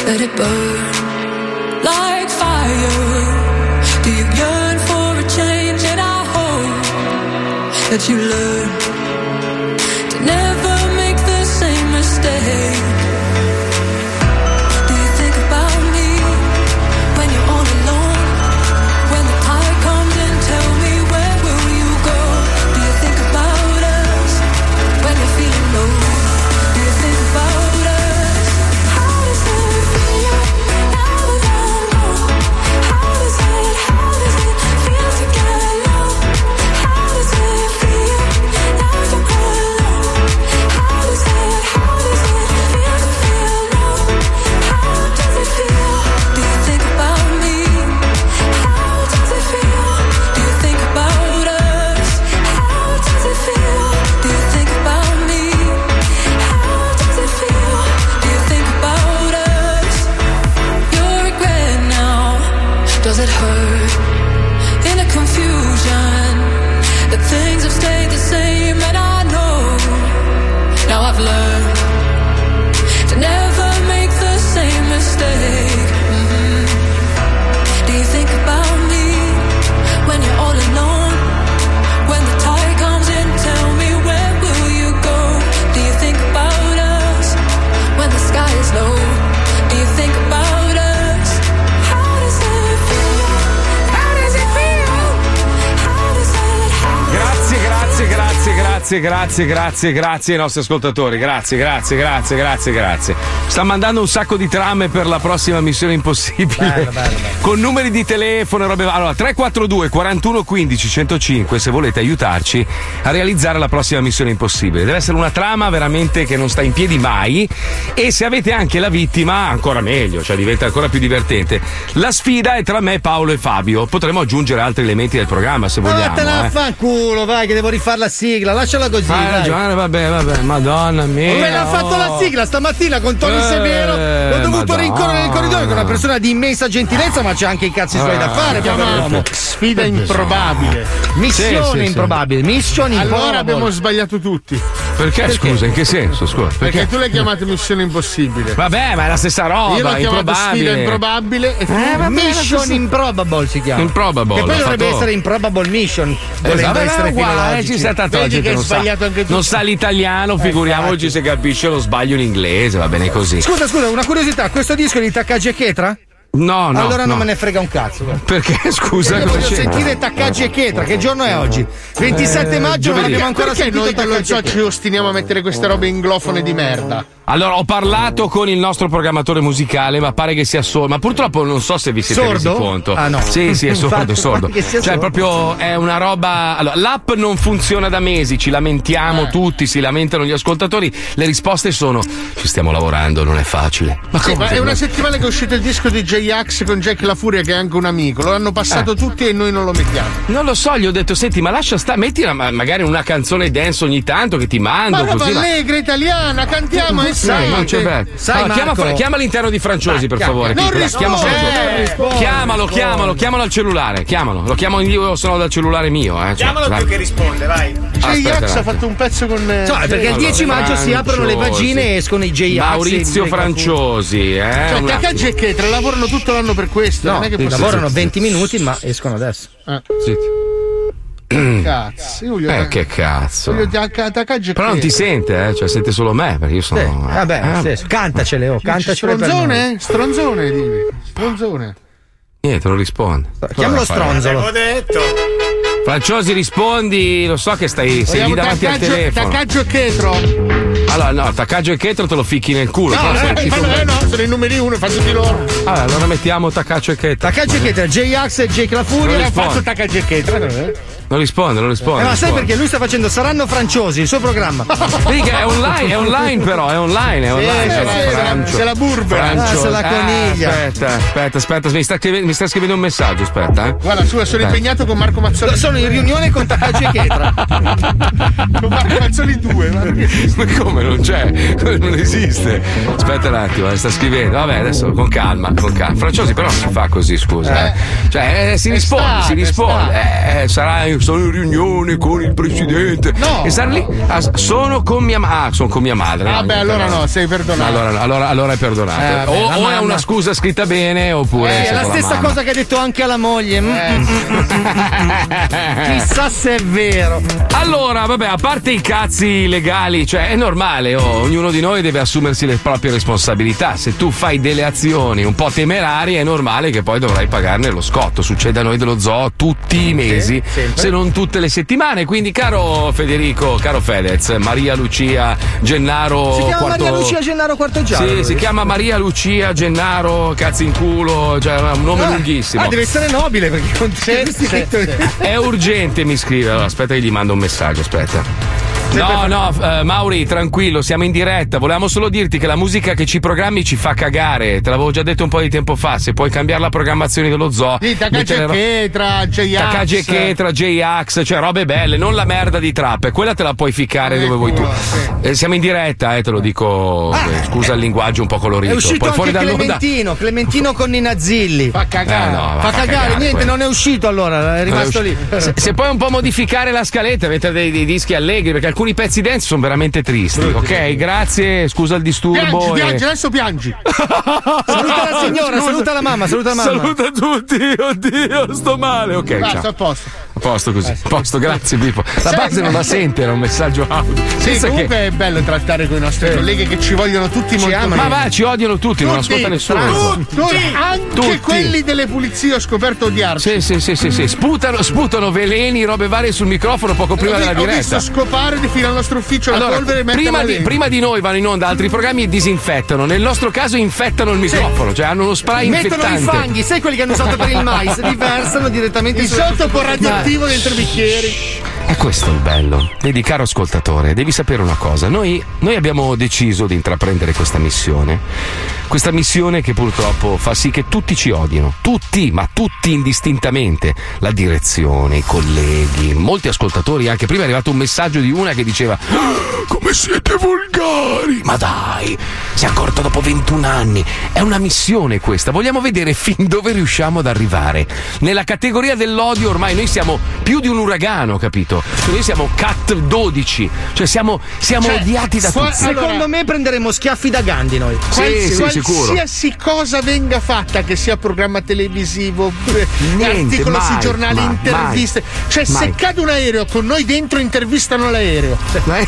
let it burn like fire. Do you yearn for a change? And I hope that you learn to never make the same mistake. Do you think about me when you're all alone? When the tide comes in, tell me, where will you go? Do you think about us when you're feeling low? Do you think about us? How does it feel now that I'm gone? How does it feel to get low? How does it feel now you're alone? How does it feel to feel low? How does it feel? Do you think about me? How does it feel? Do you think about us? How does it feel? Do you think about me? How does it feel? Do you think about us? Your regret now, does it hurt? In the confusion, that things have stayed the same, and I know now I've learned to never make the same mistake. Do you think about me when you're all alone? When the tide comes in, tell me, where will you go? Do you think about us when the sky is low? Do you think about us? How does it feel? How does it feel? How does it? Grazie ai nostri ascoltatori. Grazie. Sta mandando un sacco di trame per la prossima Missione Impossibile. Bello. Con numeri di telefono e robe. Allora, 342 41 15 105 se volete aiutarci a realizzare la prossima Missione Impossibile. Deve essere una trama veramente che non sta in piedi mai, e se avete anche la vittima ancora meglio, cioè diventa ancora più divertente. La sfida è tra me, Paolo e Fabio. Potremo aggiungere altri elementi del programma se vogliamo. Vattene a fanculo, vai, che devo rifare la sigla, lasciala così. Hai ragione, vabbè, madonna mia. Me l'ha fatto la sigla stamattina con Tony Severo. Ho dovuto rincorrere nel corridoio con una persona di immensa gentilezza, ma c'è anche i cazzi suoi da fare. Sfida improbabile. Missione improbabile. Mission improbabile. Allora abbiamo sbagliato tutti. Perché? Scusa, in che senso? Scusa, perché tu l'hai chiamata Missione Impossibile. Vabbè, ma è la stessa roba. Io l'ho chiamata Sfida improbabile. E Mission Improbable si chiama. Improbable. E poi dovrebbe essere Improbable Mission. Volendo essere filologici. Ci sta tanto Vedi che hai sbagliato anche tu. Non sa l'italiano, figuriamoci se capisce lo sbaglio in inglese, va bene così. Scusa, una curiosità, questo disco è di Takagi e Ketra? No. Allora non me ne frega un cazzo. Perché? Scusa, perché voglio sentire Takagi e Ketra. Che giorno è oggi? 27 maggio, non abbiamo ancora sentito. Perché noi dello zoo ci ostiniamo a mettere queste robe inglofone di merda? Allora, ho parlato con il nostro programmatore musicale, ma pare che sia sordo. Ma purtroppo non so se vi siete resi conto. Ah, no. Sì, è sordo. Cioè, proprio è una roba. Allora, l'app non funziona da mesi, ci lamentiamo tutti, si lamentano gli ascoltatori. Le risposte sono: ci stiamo lavorando, non è facile. Ma è una settimana che è uscito il disco di J-Ax con Jack La Furia, che è anche un amico. Lo hanno passato tutti e noi non lo mettiamo. Non lo so, gli ho detto: senti, ma lascia stare, metti magari una canzone dance ogni tanto che ti mando. Ma roba allegra italiana, cantiamo e non c'è bello. Chiama l'interno di Franciosi, per favore. Non risponde. Chiamalo al cellulare. Lo chiamo io, sono dal cellulare mio. Chiamalo più che risponde, vai. J-Ax ha fatto un pezzo con. Perché il 10 maggio si aprono le vagine e escono i J-Ax. Maurizio Franciosi, Cioè, Takagi e Ketra lavorano tutto l'anno per questo. No, non è che lavorano 20 minuti, ma escono adesso. Cazzo, Giulio. Che cazzo. Però non ti sente, cioè sente solo me, perché io sono. Vabbè, cantacele, cantacele. Stronzone, divi. Stronzone. Niente, non risponde. Chiamalo stronzolo. L'avevo detto. Franciosi, rispondi, lo so che sei lì davanti al telefono. Taccaggio e Chetro. Allora, no, Taccaggio e Chetro te lo ficchi nel culo. No, sono i numeri 1, fa tutti loro. Allora mettiamo Taccaggio e Chetro. Taccaggio e Chetro, J-Ax e Jake La Furia. Ha fatto Taccaggio e Chetro. Non risponde. Ma sai perché lui sta facendo Saranno Franciosi, il suo programma. Vedi che è online però, è online. C'è la burbera. C'è la coniglia. Aspetta, mi sta scrivendo un messaggio, aspetta. Guarda, sono impegnato con Marco Mazzoli. Sono in riunione con Taccaggio e Chetra. Con Marco Mazzoli 2. Ma come non c'è? Non esiste. Aspetta un attimo, sta scrivendo. Vabbè, adesso con calma. Franciosi però non si fa così, scusa. Cioè, si risponde. Sarà sono in riunione con il presidente. No. E stare lì. Sono con mia madre. Sono con mia madre. Vabbè, allora no, sei perdonato. Allora è perdonato. O è una scusa scritta bene, oppure. È la stessa cosa che ha detto anche alla moglie. Chissà se è vero. Allora, vabbè, a parte i cazzi legali, cioè è normale, ognuno di noi deve assumersi le proprie responsabilità. Se tu fai delle azioni un po' temerarie, è normale che poi dovrai pagarne lo scotto. Succede a noi dello zoo tutti i mesi, se non tutte le settimane. Quindi, caro Federico, caro Fedez, Maria Lucia Gennaro. Si chiama Maria Lucia Gennaro Quartogiaro. Sì, si chiama Maria Lucia Gennaro cazzo in culo, cioè un nome lunghissimo. Deve essere nobile perché con È urgente, mi scrive. Allora, aspetta che gli mando un messaggio, aspetta. No, Mauri, tranquillo, siamo in diretta. Volevamo solo dirti che la musica che ci programmi ci fa cagare. Te l'avevo già detto un po' di tempo fa. Se puoi cambiare la programmazione dello zoo. Sì, Takagi Chetra, J-Ax, cioè robe belle, non la merda di trap. Quella te la puoi ficcare dove vuoi tu. Siamo in diretta, te lo dico. Scusa il linguaggio un po' colorito. È uscito poi fuori anche Clementino con Nina Zilli. Fa cagare. Fa cagare, niente, quello. non è uscito allora, è rimasto lì. Se puoi un po' modificare la scaletta, mettere dei dischi allegri, perché alcuni pezzi dance sono veramente tristi. Ok, grazie, scusa il disturbo. Piangi, adesso piangi. Saluta la signora, saluta la mamma. Saluta tutti, oddio, sto male. Ok, basta, ciao. a posto. A posto così. A posto, grazie Pippo. La base non la sente, era un messaggio audio. Sì, comunque è bello trattare con i nostri colleghi che ci vogliono tutti molto bene. Ma va, ci odiano tutti, non ascolta nessuno. Anche quelli delle pulizie ho scoperto odiarci. Sì. Sputano veleni, robe varie sul microfono poco prima della diretta. Ho visto scopare fino al nostro ufficio la polvere e metterla prima di noi vanno in onda altri programmi e disinfettano. Nel nostro caso infettano il microfono, cioè hanno uno spray infettante. Mettono i fanghi, sai quelli che hanno usato per il mais, li versano direttamente il sottopo radioattivo dentro i bicchieri. È questo il bello. Vedi, caro ascoltatore, devi sapere una cosa. Noi abbiamo deciso di intraprendere questa missione. Questa missione che purtroppo fa sì che tutti ci odino. Tutti, ma tutti indistintamente. La direzione, i colleghi, molti ascoltatori. Anche prima è arrivato un messaggio di una che diceva: come siete volgari! Ma dai, si è accorto dopo 21 anni. È una missione questa. Vogliamo vedere fin dove riusciamo ad arrivare. Nella categoria dell'odio ormai noi siamo più di un uragano, capito? Noi siamo Cat 12, cioè siamo odiati da tutti. Secondo me prenderemo schiaffi da Gandhi noi. Sicuro. Qualsiasi cosa venga fatta, che sia programma televisivo, articolo sui giornali, interviste. Se cade un aereo con noi dentro, intervistano l'aereo.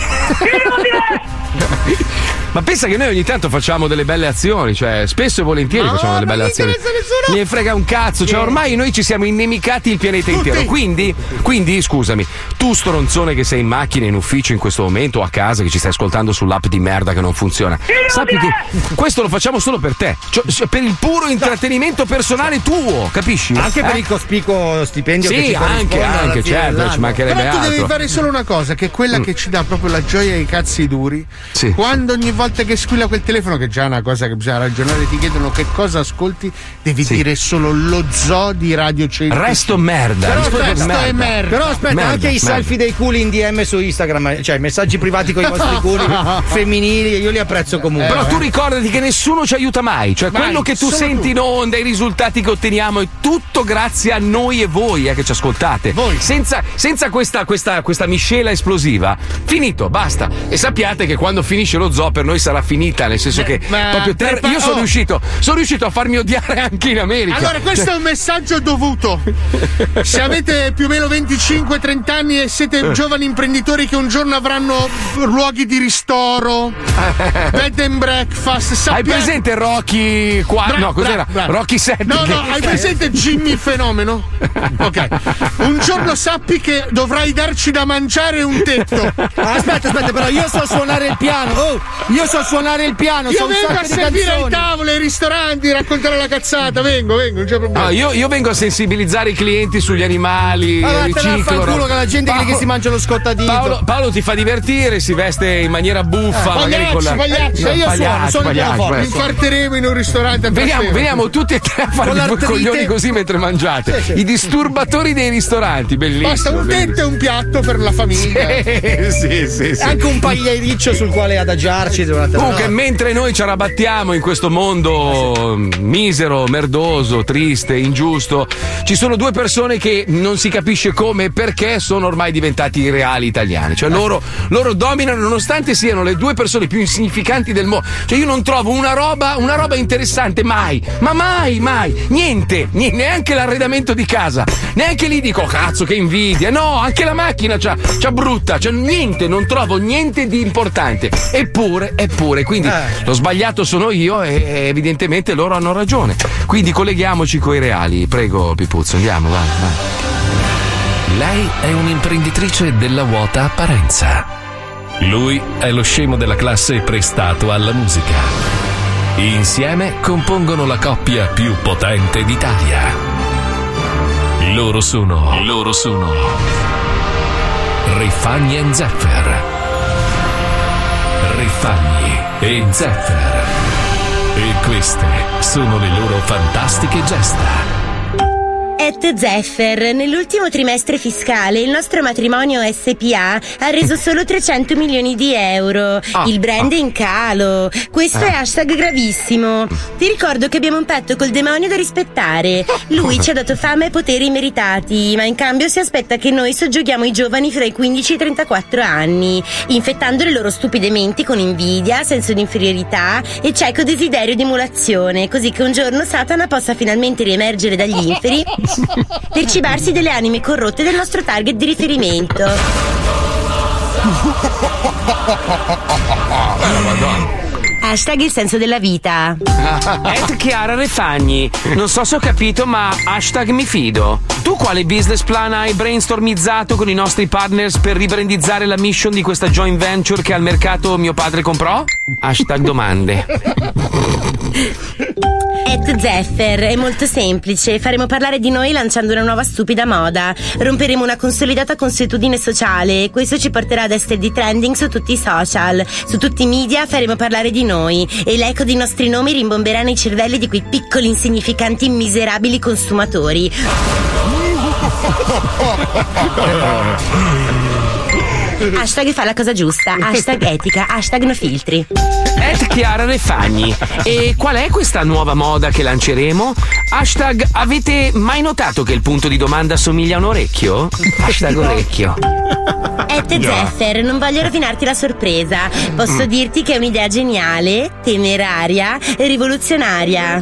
Ma pensa che noi ogni tanto facciamo delle belle azioni, cioè spesso e volentieri facciamo delle belle azioni. Non ne frega un cazzo, cioè ormai noi ci siamo inimicati il pianeta intero. Quindi, scusami, tu stronzone che sei in macchina, in ufficio in questo momento o a casa che ci stai ascoltando sull'app di merda che non funziona, sappi che questo lo facciamo solo per te, cioè per il puro intrattenimento personale tuo, capisci? Anche per il cospicuo stipendio che ci anche certo, ci mancherebbe altro. Però tu devi fare solo una cosa, che è quella che ci dà proprio la gioia ai cazzi duri. Sì. Quando ogni volta che squilla quel telefono, che già è una cosa che bisogna ragionare, ti chiedono che cosa ascolti, devi dire solo lo zoo di Radio 100. Resto merda. Però aspetta, anche i selfie dei culi in DM su Instagram, cioè messaggi privati con i vostri culi femminili, io li apprezzo comunque. Però tu ricordati che nessuno ci aiuta mai, cioè quello che tu senti in onda, i risultati che otteniamo, è tutto grazie a noi e voi che ci ascoltate. Senza questa miscela esplosiva, finito, basta. E sappiate che quando finisce lo zoo per noi sarà finita, nel senso che proprio io sono riuscito a farmi odiare anche in America. Allora questo è un messaggio dovuto. Se avete più o meno 25-30 anni e siete giovani imprenditori che un giorno avranno luoghi di ristoro, bed and breakfast, hai presente Rocky 4? No, cos'era? Rocky 7. No, hai presente Jimmy il fenomeno? Ok. Un giorno sappi che dovrai darci da mangiare un tetto. Aspetta, però io so suonare il piano. Io vengo a servire ai tavoli, ai ristoranti, raccontare la cazzata. Vengo, non c'è problema. Io vengo a sensibilizzare i clienti sugli animali. Riciclo. Culo che la gente che si mangia lo scottadito. Paolo ti fa divertire, si veste in maniera buffa, magari con la io suono il pianoforte. partiremo in un ristorante a Trastevere. Veniamo tutti e tre a fare due coglioni così mentre mangiate. I disturbatori dei ristoranti, bellissimo. Basta un tetto e un piatto per la famiglia. Sì. Anche un pagliericcio sul quale adagiarci durante la Comunque, notte. mentre noi ci arrabattiamo in questo mondo misero, merdoso, triste, ingiusto, ci sono due persone che non si capisce come e perché sono ormai diventati i reali italiani. Cioè loro dominano nonostante siano le due persone più insignificanti del mondo. Cioè io non trovo una roba interessante mai. Ma mai. Niente, neanche l'arredamento di casa. Neanche lì dico cazzo che invidia. No, anche la macchina c'ha brutta. Cioè niente, non trovo niente di importante. Eppure, quindi lo sbagliato sono io e evidentemente loro hanno ragione. Quindi colleghiamoci coi reali. Prego Pipuzzo, andiamo, vai. Lei è un'imprenditrice della vuota apparenza. Lui è lo scemo della classe prestato alla musica. Insieme compongono la coppia più potente d'Italia. Loro sono Riffagni e Zeffer. Riffagni e Zeffer. E queste sono le loro fantastiche gesta. Zeffer, nell'ultimo trimestre fiscale il nostro matrimonio SPA ha reso solo 300 milioni di euro. Il brand è in calo. Questo è hashtag gravissimo. Ti ricordo che abbiamo un patto col demonio da rispettare. Lui ci ha dato fama e poteri immeritati, ma in cambio si aspetta che noi soggioghiamo i giovani fra i 15 e i 34 anni, infettando le loro stupide menti con invidia, senso di inferiorità e cieco desiderio di emulazione, così che un giorno Satana possa finalmente riemergere dagli inferi per cibarsi delle anime corrotte del nostro target di riferimento. Hashtag il senso della vita. Chiara Refagni, non so se ho capito, ma hashtag mi fido. Tu quale business plan hai brainstormizzato con i nostri partners per ribrandizzare la mission di questa joint venture che al mercato mio padre comprò? Hashtag domande. Zeffer, è molto semplice. Faremo parlare di noi lanciando una nuova stupida moda. Romperemo una consolidata consuetudine sociale. Questo ci porterà ad essere di trending su tutti i social. Su tutti i media faremo parlare di noi e l'eco dei nostri nomi rimbomberà nei cervelli di quei piccoli insignificanti miserabili consumatori. Hashtag fa la cosa giusta. Hashtag etica. Hashtag no filtri. Chiara Refagni. E qual è questa nuova moda che lanceremo? Hashtag avete mai notato che il punto di domanda somiglia a un orecchio? Hashtag orecchio. Zeffer, non voglio rovinarti la sorpresa. Posso dirti che è un'idea geniale, temeraria e rivoluzionaria.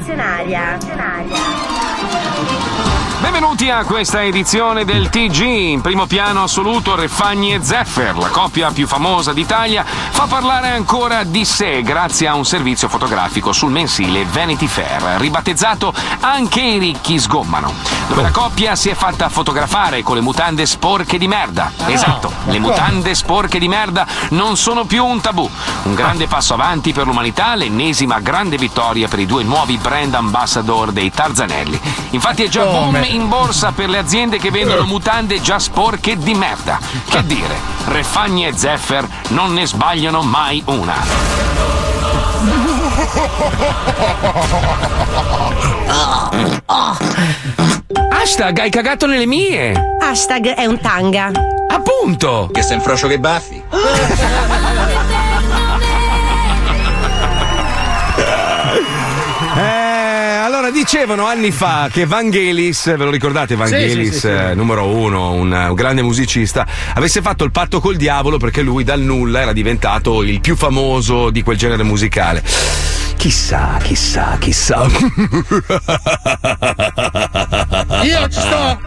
Benvenuti a questa edizione del TG. In primo piano assoluto Refagni e Zeffer, la coppia più famosa d'Italia, fa parlare ancora di sé grazie a un servizio fotografico sul mensile Vanity Fair, ribattezzato Anche i ricchi sgommano, dove la coppia si è fatta fotografare con le mutande sporche di merda. Esatto, le mutande sporche di merda non sono più un tabù. Un grande passo avanti per l'umanità, l'ennesima grande vittoria per i due nuovi brand ambassador dei Tarzanelli. Infatti è già boom in borsa per le aziende che vendono mutande già sporche di merda. Che dire, Refagni e Zeffer non ne sbagliano mai una. Hashtag hai cagato nelle mie. Hashtag è un tanga. Appunto. Che sei un froscio che baffi. Allora, dicevano anni fa che Vangelis, ve lo ricordate Vangelis, sì. Numero uno, un grande musicista, avesse fatto il patto col diavolo perché lui dal nulla era diventato il più famoso di quel genere musicale. Chissà. Io ci sto.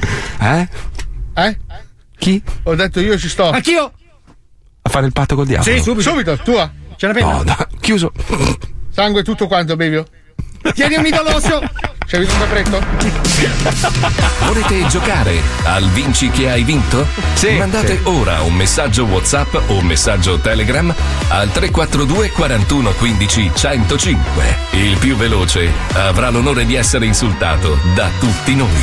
Chi? Ho detto io ci sto. Anch'io. A fare il patto col diavolo? Sì, subito. Tua. Ce l'hai appena? No, chiuso. Sangue tutto quanto, Bevio. Tieni un midoloso. C'è un capretto? Volete giocare al Vinci che hai vinto? Sì. Mandate ora un messaggio WhatsApp o un messaggio Telegram al 342 41 15 105. Il più veloce avrà l'onore di essere insultato da tutti noi.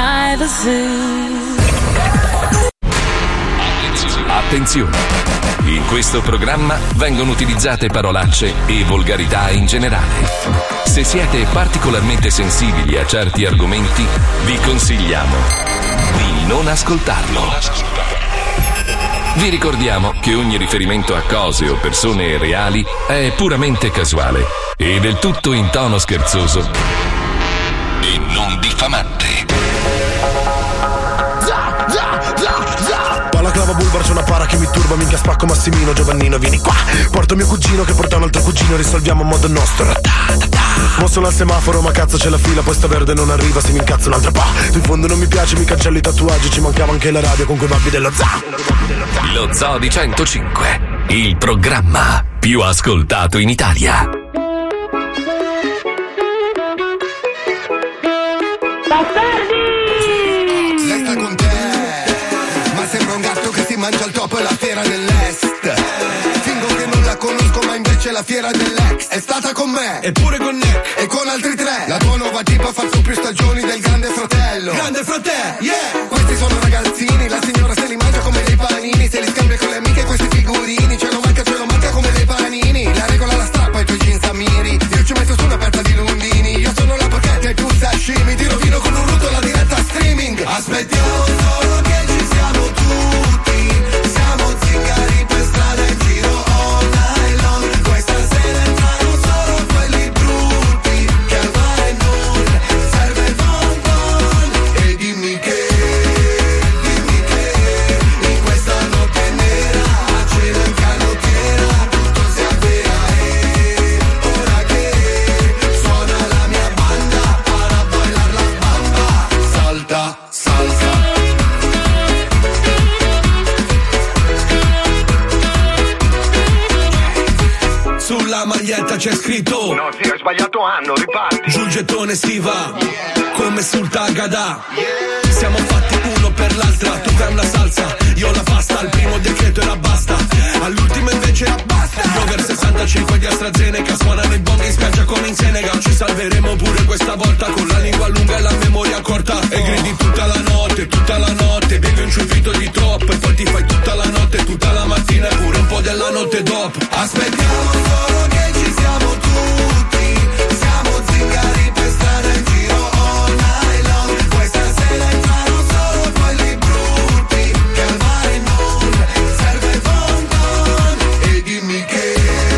105 Attenzione! In questo programma vengono utilizzate parolacce e volgarità in generale. Se siete particolarmente sensibili a certi argomenti, vi consigliamo di non ascoltarlo. Vi ricordiamo che ogni riferimento a cose o persone reali è puramente casuale e del tutto in tono scherzoso e non diffamante. Balaclava bulbar, c'è una para che mi turba, minchia spacco Massimino, Giovannino vieni qua. Porto mio cugino che porta un altro cugino, risolviamo a modo nostro. Mo sono al semaforo ma cazzo c'è la fila, poi sta verde non arriva, se mi incazzo un'altra pa. Tu in fondo non mi piace, mi cancelli i tatuaggi, ci mancava anche la radio con quei babbi dello Zoo. Lo Zoo di 105, il programma più ascoltato in Italia. Lei sta con te, ma sembra un gatto che si mangia il topo e la fiera dell'est. Fingo che non la conosco ma invece la fiera dell'ex è stata con me, eppure con Nick e con altri tre. La tua nuova tipa ha fatto più stagioni del Grande Fratello. Grande Fratello, yeah! Questi sono ragazzini, la signora se li mangia come dei panini, se li scambia con le amiche questi figurini, ce lo manca come dei panini. La regola la strappa ai tuoi jeans a miri, io ci metto su una aperta di Lundini, io sono la porchetta e tu sashimi, ti rovino con un rutto la diretta streaming. Aspettiamo solo che ci siamo tutti, siamo zingari per strada in giro all night long. Questa sera entrano solo quelli brutti, che al mare non serve il bonbon. E dimmi che in questa notte nera accendo il canottiera, tutto si avvera e ora che suona la mia banda, para bailar la bamba, salta, salsa. Sulla maglietta c'è scritto: no zio, hai sbagliato anno, riparti. Sul gettone si va, come sul Tagada. Siamo fatti uno per l'altra, tu fai una salsa, io la pasta. Al primo decreto era basta, all'ultimo invece abbasta. Gli over 65 di AstraZeneca suonano i bong in spiaggia come in Senegal. Ci salveremo pure questa volta, con la lingua lunga e la memoria corta. E gridi tutta la notte, bevi un ciuffito di troppo e poi ti fai tutta la notte, tutta la mattina e pure un po' della notte dopo. Aspettiamo solo che ci siamo tutti, siamo zingari per strada in giro all night long. Questa sera entrano solo quelli brutti, che al mare non serve il bonbon. E dimmi che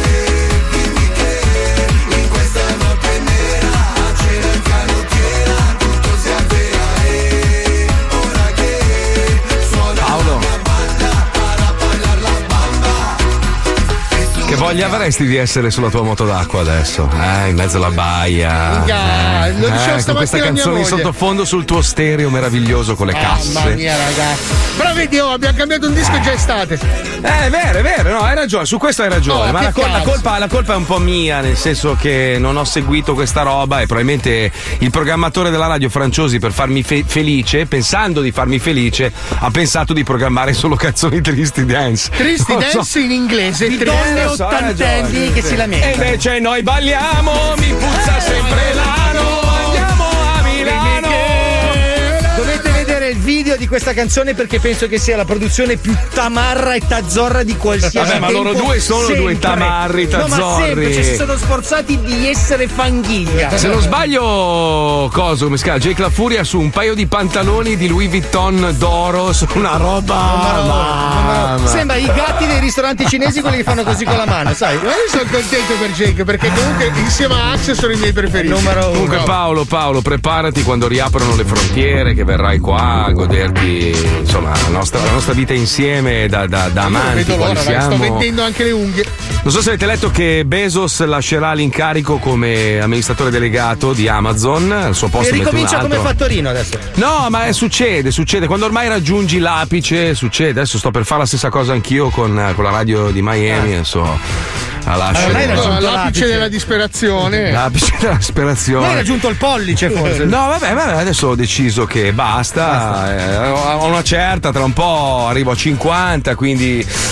in questa notte nera accendo il canottiera, tutto si avvera e ora che suona la mia banda, para bailar la bamba. Che voglia avresti di essere sulla tua moto d'acqua adesso? In mezzo alla baia. Lo dicevo con questa canzone in sottofondo sul tuo stereo meraviglioso con le casse. Mamma mia, ragazzi. Però vedi, abbiamo cambiato un disco e già estate. È vero, no, hai ragione, su questo hai ragione. Ma la colpa è un po' mia, nel senso che non ho seguito questa roba e probabilmente il programmatore della radio Franciosi, per farmi felice, pensando di farmi felice, ha pensato di programmare solo canzoni tristi dance. Tristi dance in inglese, di donne ottantenni che si lamentano. E invece noi balliamo, mi puzza sempre l'ano, andiamo a Milano. Dovete vedere il video di questa canzone perché penso che sia la produzione più tamarra e tazzorra di qualsiasi Vabbè, ma loro due sono sempre. Due tamarri, tazzorri. No, ma sempre, ci si sono sforzati di essere fanghiglia. Se non sbaglio, come si chiama? Jake La Furia su un paio di pantaloni di Louis Vuitton d'oro, su una roba. Sembra i gatti dei ristoranti cinesi, quelli che fanno così con la mano, sai? Ma io sono contento per Jake perché comunque insieme a Axe sono i miei preferiti. Comunque Paolo, preparati quando riaprono le frontiere, che verrai qua a goderti insomma la nostra vita insieme da amanti. Vedo l'ora, siamo. sto vendendo anche le unghie. Non so se avete letto che Bezos lascerà l'incarico come amministratore delegato di Amazon, al suo posto. E ricomincia come Fattorino adesso. No, ma succede. Quando ormai raggiungi l'apice, succede. Adesso sto per fare la stessa cosa anch'io con la radio di Miami. Adesso l'apice della disperazione. L'apice della disperazione. Ma hai raggiunto il pollice, forse. No, vabbè, adesso ho deciso che basta. Ho una certa, tra un po' arrivo a 50, quindi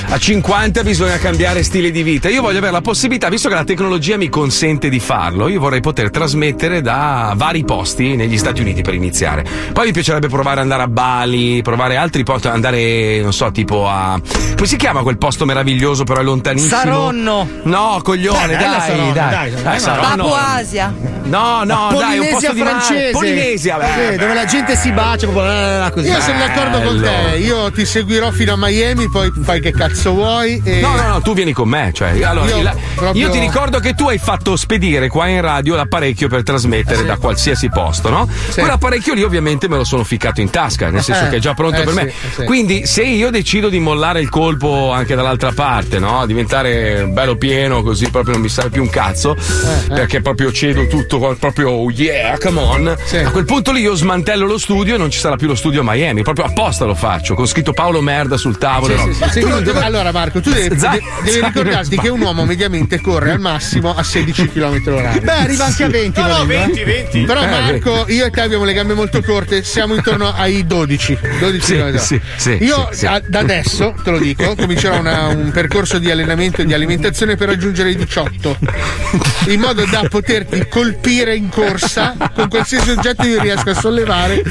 a 50 bisogna cambiare stile di vita. Io voglio avere la possibilità, visto che la tecnologia mi consente di farlo, io vorrei poter trasmettere da vari posti negli Stati Uniti per iniziare. Poi mi piacerebbe provare ad andare a Bali, provare altri posti, andare, non so, tipo a... come si chiama quel posto meraviglioso però è lontanissimo? Saronno. No, coglione, dai. Saronno. Papu Asia. No, dai, un posto di francese. Polinesia, dove la gente si bacia così. Io sono d'accordo con te, io ti seguirò fino a Miami, poi fai che cazzo vuoi. E... No, tu vieni con me. Cioè, allora, io ti ricordo che tu hai fatto spedire qua in radio l'apparecchio per trasmettere da qualsiasi posto, no? Sì. Quell'apparecchio lì ovviamente me lo sono ficcato in tasca, nel senso che è già pronto per me. Sì. Quindi se io decido di mollare il colpo anche dall'altra parte, no? Diventare bello pieno, così proprio non mi serve più un cazzo, perché proprio cedo tutto, proprio yeah, come on. Sì. A quel punto lì io smantello lo studio e non ci sarà più lo studio a Miami, proprio apposta lo faccio, con scritto Paolo Merda sul tavolo. Allora Marco, tu devi ricordarti che un uomo mediamente corre al massimo a 16 km/h. Beh, arriva anche a 20. No, 20. Però Marco, io e te abbiamo le gambe molto corte, siamo intorno ai 12 km/h. Io da adesso, te lo dico, comincerò un percorso di allenamento e di alimentazione per raggiungere i 18, in modo da poterti colpire in corsa con qualsiasi oggetto io riesco a sollevare.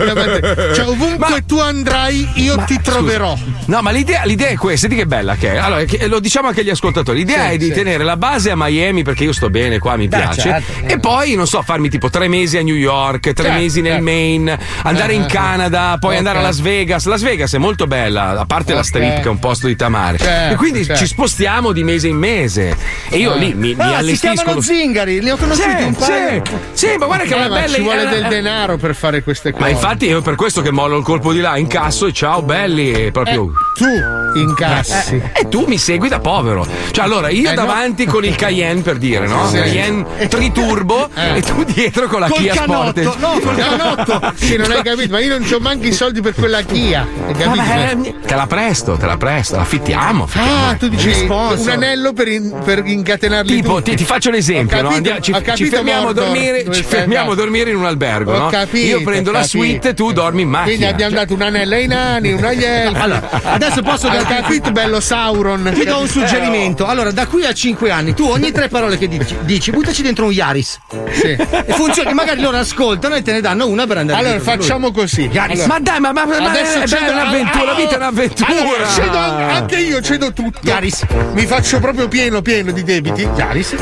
Cioè, ovunque tu andrai, io ti troverò. No, ma l'idea è questa, senti che bella che è. Allora, lo diciamo anche agli ascoltatori, l'idea è di tenere la base a Miami perché io sto bene qua, mi piace. Certo. E poi, non so, farmi tipo 3 mesi a New York, 3 mesi nel Maine, andare in Canada, poi andare a Las Vegas. Las Vegas è molto bella, a parte la Strip che è un posto di tamare. E quindi ci spostiamo di mese in mese. E io lì mi allestisco. Si chiamano zingari, li ho conosciuti un paio. Sì, ma guarda che è una bella ci vuole del denaro per fare queste cose. Ma infatti io per questo che mollo il colpo di là, incasso e ciao belli, e proprio tu incassi e tu mi segui da povero. Cioè allora io davanti con il Cayenne, per dire, no? Cayenne Triturbo e tu dietro con la Kia canotto. Sportage. No, col canotto. Sì, non hai capito, ma io non c'ho manco i soldi per quella Kia. Hai capito? Te la presto, l'affittiamo. Ah, tu dici un anello per incatenarli tipo, tutti. ti faccio l'esempio, ci fermiamo a dormire, a dormire in un albergo, no? Io prendo la suite e tu dormi in macchina. Quindi abbiamo dato un anello ai nani, un agli elfi. Allora, adesso posso Hai capito, bello Sauron? Ti do un suggerimento. Allora, da qui a 5 anni, tu ogni 3 parole che dici buttaci dentro un Yaris. Sì. E funziona, magari loro ascoltano e te ne danno una per andare. Allora, facciamo così. Yaris. Ma dai, ma adesso è un'avventura, la vita è un'avventura. Allora, anche io cedo tutto. Yaris. Mi faccio proprio pieno di debiti. Yaris.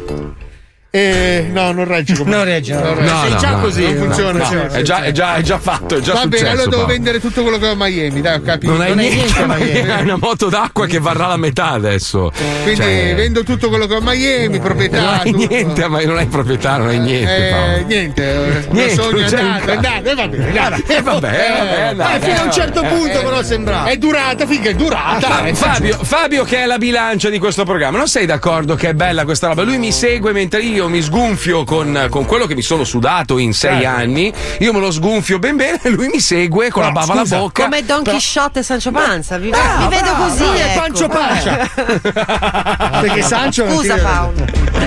No, non regge come. Non regge. Sei già così. Non funziona. È già fatto, è già Va successo. bene, allora devo Paolo. vendere tutto quello che ho a Miami, dai, ho capito. Non hai niente a Miami. Hai una moto d'acqua che varrà la metà adesso. Quindi vendo tutto quello che ho a Miami, proprietà. Non hai tutto. niente, ma non hai proprietà, non hai niente. Paolo. Niente. Niente, Sogno non c'è andate, va bene. Fino a un certo punto però sembra. È durata, finché è durata. Fabio che è la bilancia di questo programma, non sei d'accordo che è bella questa roba? Lui mi segue mentre io mi sgonfio con quello che mi sono sudato in 6 anni, io me lo sgonfio ben bene e lui mi segue con la bava alla bocca. Come Don Chisciotte e Sancio Panza, vi vedo così. È Pancio Pancia. Perché Sancio non Scusa Paolo.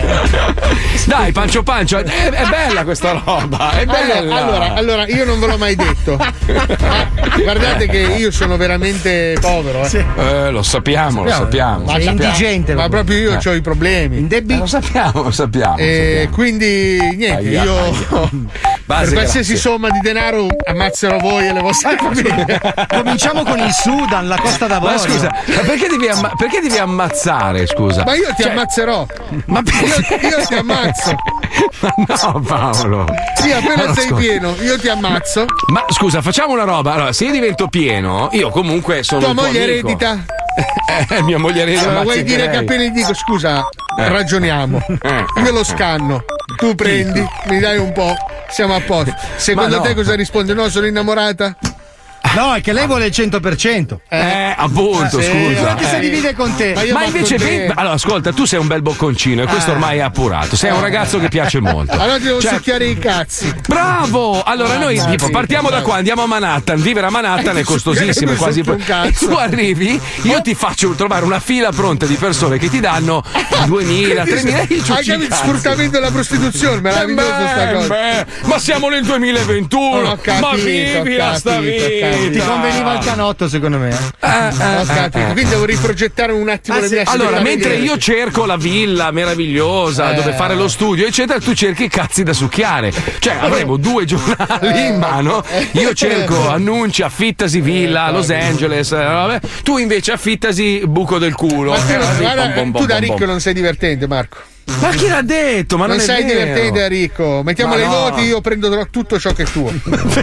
Dai, Pancio, è bella questa roba, è bella. Allora, io non ve l'ho mai detto. Guardate che io sono veramente povero. Lo sappiamo. Ma sei indigente. Ma proprio io ho i problemi. Lo sappiamo. Quindi niente, io per qualsiasi somma di denaro ammazzerò voi e le vostre famiglie. Cominciamo con il Sudan, la Costa d'Avorio. Ma scusa, ma perché devi ammazzare, scusa? Ma io ti ammazzerò. Ma io ti ammazzo. Ma no, Paolo. Sì, appena sei pieno, io ti ammazzo. Ma scusa, facciamo una roba. Allora, se io divento pieno, io comunque sono tua un tuo moglie amico. eredita. Mia moglie eredita. Vuoi dire che appena gli dico scusa, ragioniamo. Io lo scanno. Tu prendi, mi dai un po', siamo a posto. Secondo te cosa risponde? No, sono innamorata? No, è che lei vuole il 100%. Appunto, scusa. Quanti si divide con te? Ma invece, allora, ascolta, tu sei un bel bocconcino e questo ormai è appurato. Sei un ragazzo che piace molto. Allora ti devo succhiare i cazzi. Bravo! Allora noi tipo partiamo da qua, andiamo a Manhattan. Vivere a Manhattan è costosissimo, è quasi. E tu arrivi, io ti faccio trovare una fila pronta di persone che ti danno 2.000, 3.000. Hai capito? Sfruttamento della prostituzione, meraviglioso sta cosa. Ma siamo nel 2021. Ma vivila sta vita. finita. Ti conveniva il canotto, secondo me. Quindi devo riprogettare un attimo le mie Allora, mentre io cerco la villa meravigliosa dove fare lo studio, eccetera, tu cerchi cazzi da succhiare. Cioè, avremo 2 giornali in mano. Io cerco annunci, affittasi villa a Los Angeles. Vabbè. Tu invece affittasi buco del culo. Ma tu da ricco non sei divertente, Marco. Ma chi l'ha detto? Ma non è sei vero. divertente da ricco. Mettiamo le voti, io prendo tutto ciò che è tuo.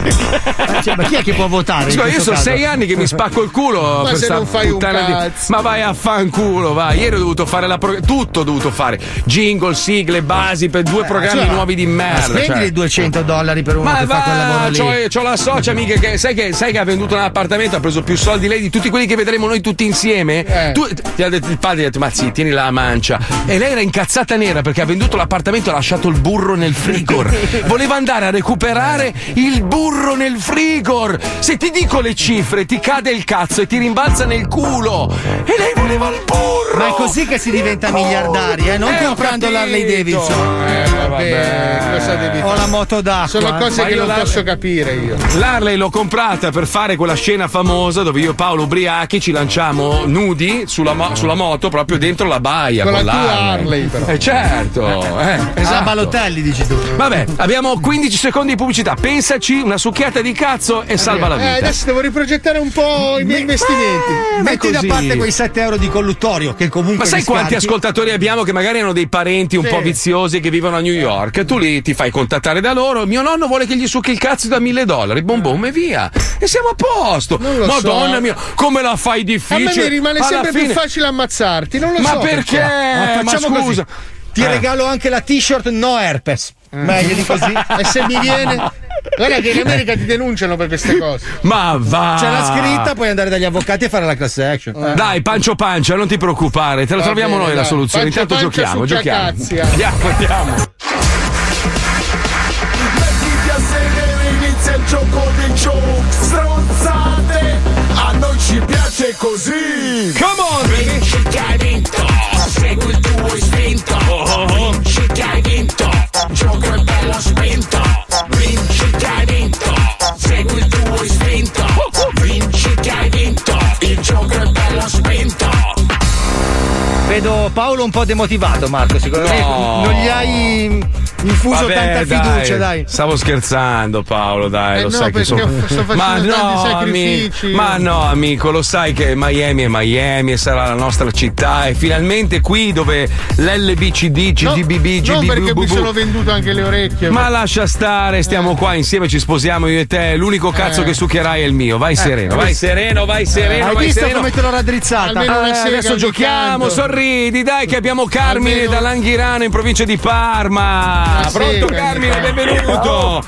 Ma chi è che può votare? Scusa, io sono 6 anni che mi spacco il culo. Ma per se non fai un cazzo. Ma vai a fanculo, vai. Ieri ho dovuto fare tutto ho dovuto fare. Jingle, sigle, basi per 2 programmi nuovi di merda. Spendi $200 per uno che fa quel lavoro lì. C'ho la socia amica che sai che ha venduto un appartamento, ha preso più soldi lei di tutti quelli che vedremo noi tutti insieme. Ti ha detto il padre, ha detto ma sì, tieni la mancia. E lei era incazzata nera perché ha venduto l'appartamento e ha lasciato il burro nel frigor. Voleva andare a recuperare il burro nel frigor. Se ti dico le cifre ti cade il cazzo e ti rimbalza nel culo. E lei voleva il burro. Ma è così che si diventa miliardari, non comprando l'Harley Davidson. Vabbè, cosa devi fare? O la moto d'acqua. Sono cose che non posso capire io. L'Harley l'ho comprata per fare quella scena famosa dove io e Paolo ubriachi ci lanciamo nudi sulla moto proprio dentro la baia. Con la tua l'Harley. però. Certo. Esatto. Balotelli, dici tu. Vabbè, abbiamo 15 secondi di pubblicità. Pensaci, una succhiata di cazzo e salva la vita. Adesso devo riprogettare un po' i miei investimenti. Metti da parte quei €7 di colluttorio che comunque. Ma sai quanti ascoltatori abbiamo che magari hanno dei parenti un po' viziosi che vivono a New York? Tu li ti fai contattare da loro. Mio nonno vuole che gli succhi il cazzo da $1.000. Bom bom e via. E siamo a posto. Madonna mia, come la fai difficile. A me mi rimane sempre più facile ammazzarti. Non lo so. Ma perché? Ma scusa. così. Ti regalo anche la t-shirt no herpes. Meglio di così. E se mi viene? Guarda che in America ti denunciano per queste cose. Ma va! C'è la scritta, puoi andare dagli avvocati e fare la class action. Dai, Pancio Pancia, non ti preoccupare, te la troviamo noi la soluzione. Intanto giochiamo. Andiamo. Mettiti a sedere, inizia il gioco dei giochi. Stronzate, a noi ci piace così. Come on, vinci che hai vinto, segui il tuo istinto. Vinci che hai vinto, gioco è bello spinto. Vinci che hai vinto, segui il tuo istinto. Vinci che hai vinto, il gioco è bello spinto. Vedo Paolo un po' demotivato, Marco. Secondo me non gli hai infuso tanta fiducia, dai. Stavo scherzando, Paolo, dai, lo sai che sto facendo tanti sacrifici. Ma no, amico, lo sai che Miami è Miami e sarà la nostra città. E finalmente qui dove l'LBCD, GDBB, non perché mi sono venduto anche le orecchie. Ma lascia stare, stiamo qua insieme, ci sposiamo io e te. L'unico cazzo che succhierai è il mio. Vai sereno, vai sereno, vai sereno. Hai visto sereno. come te l'ho raddrizzata? Adesso giochiamo, sorridi, dai, che abbiamo Carmine da Langhirano in provincia di Parma. Pronto Carmine, benvenuto.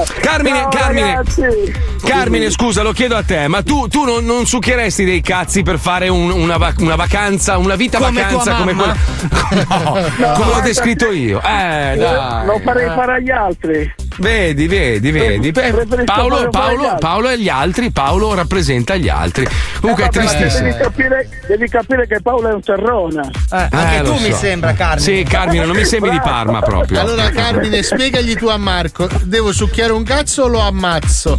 Carmine, scusa, lo chiedo a te, ma tu non succhieresti dei cazzi per fare una vacanza, una vita come vacanza come quella? No, come l'ho descritto io. Dai. Lo farei fare agli altri. Vedi. Paolo e gli altri, Paolo rappresenta gli altri. Comunque è tristissimo. Devi capire che Paolo è un terrone. Anche tu mi sembra, Carmine. Sì, Carmine, non mi sembri di Parma proprio. Allora, Carmine, spiegagli tu a Marco: devo succhiare un cazzo o lo ammazzo?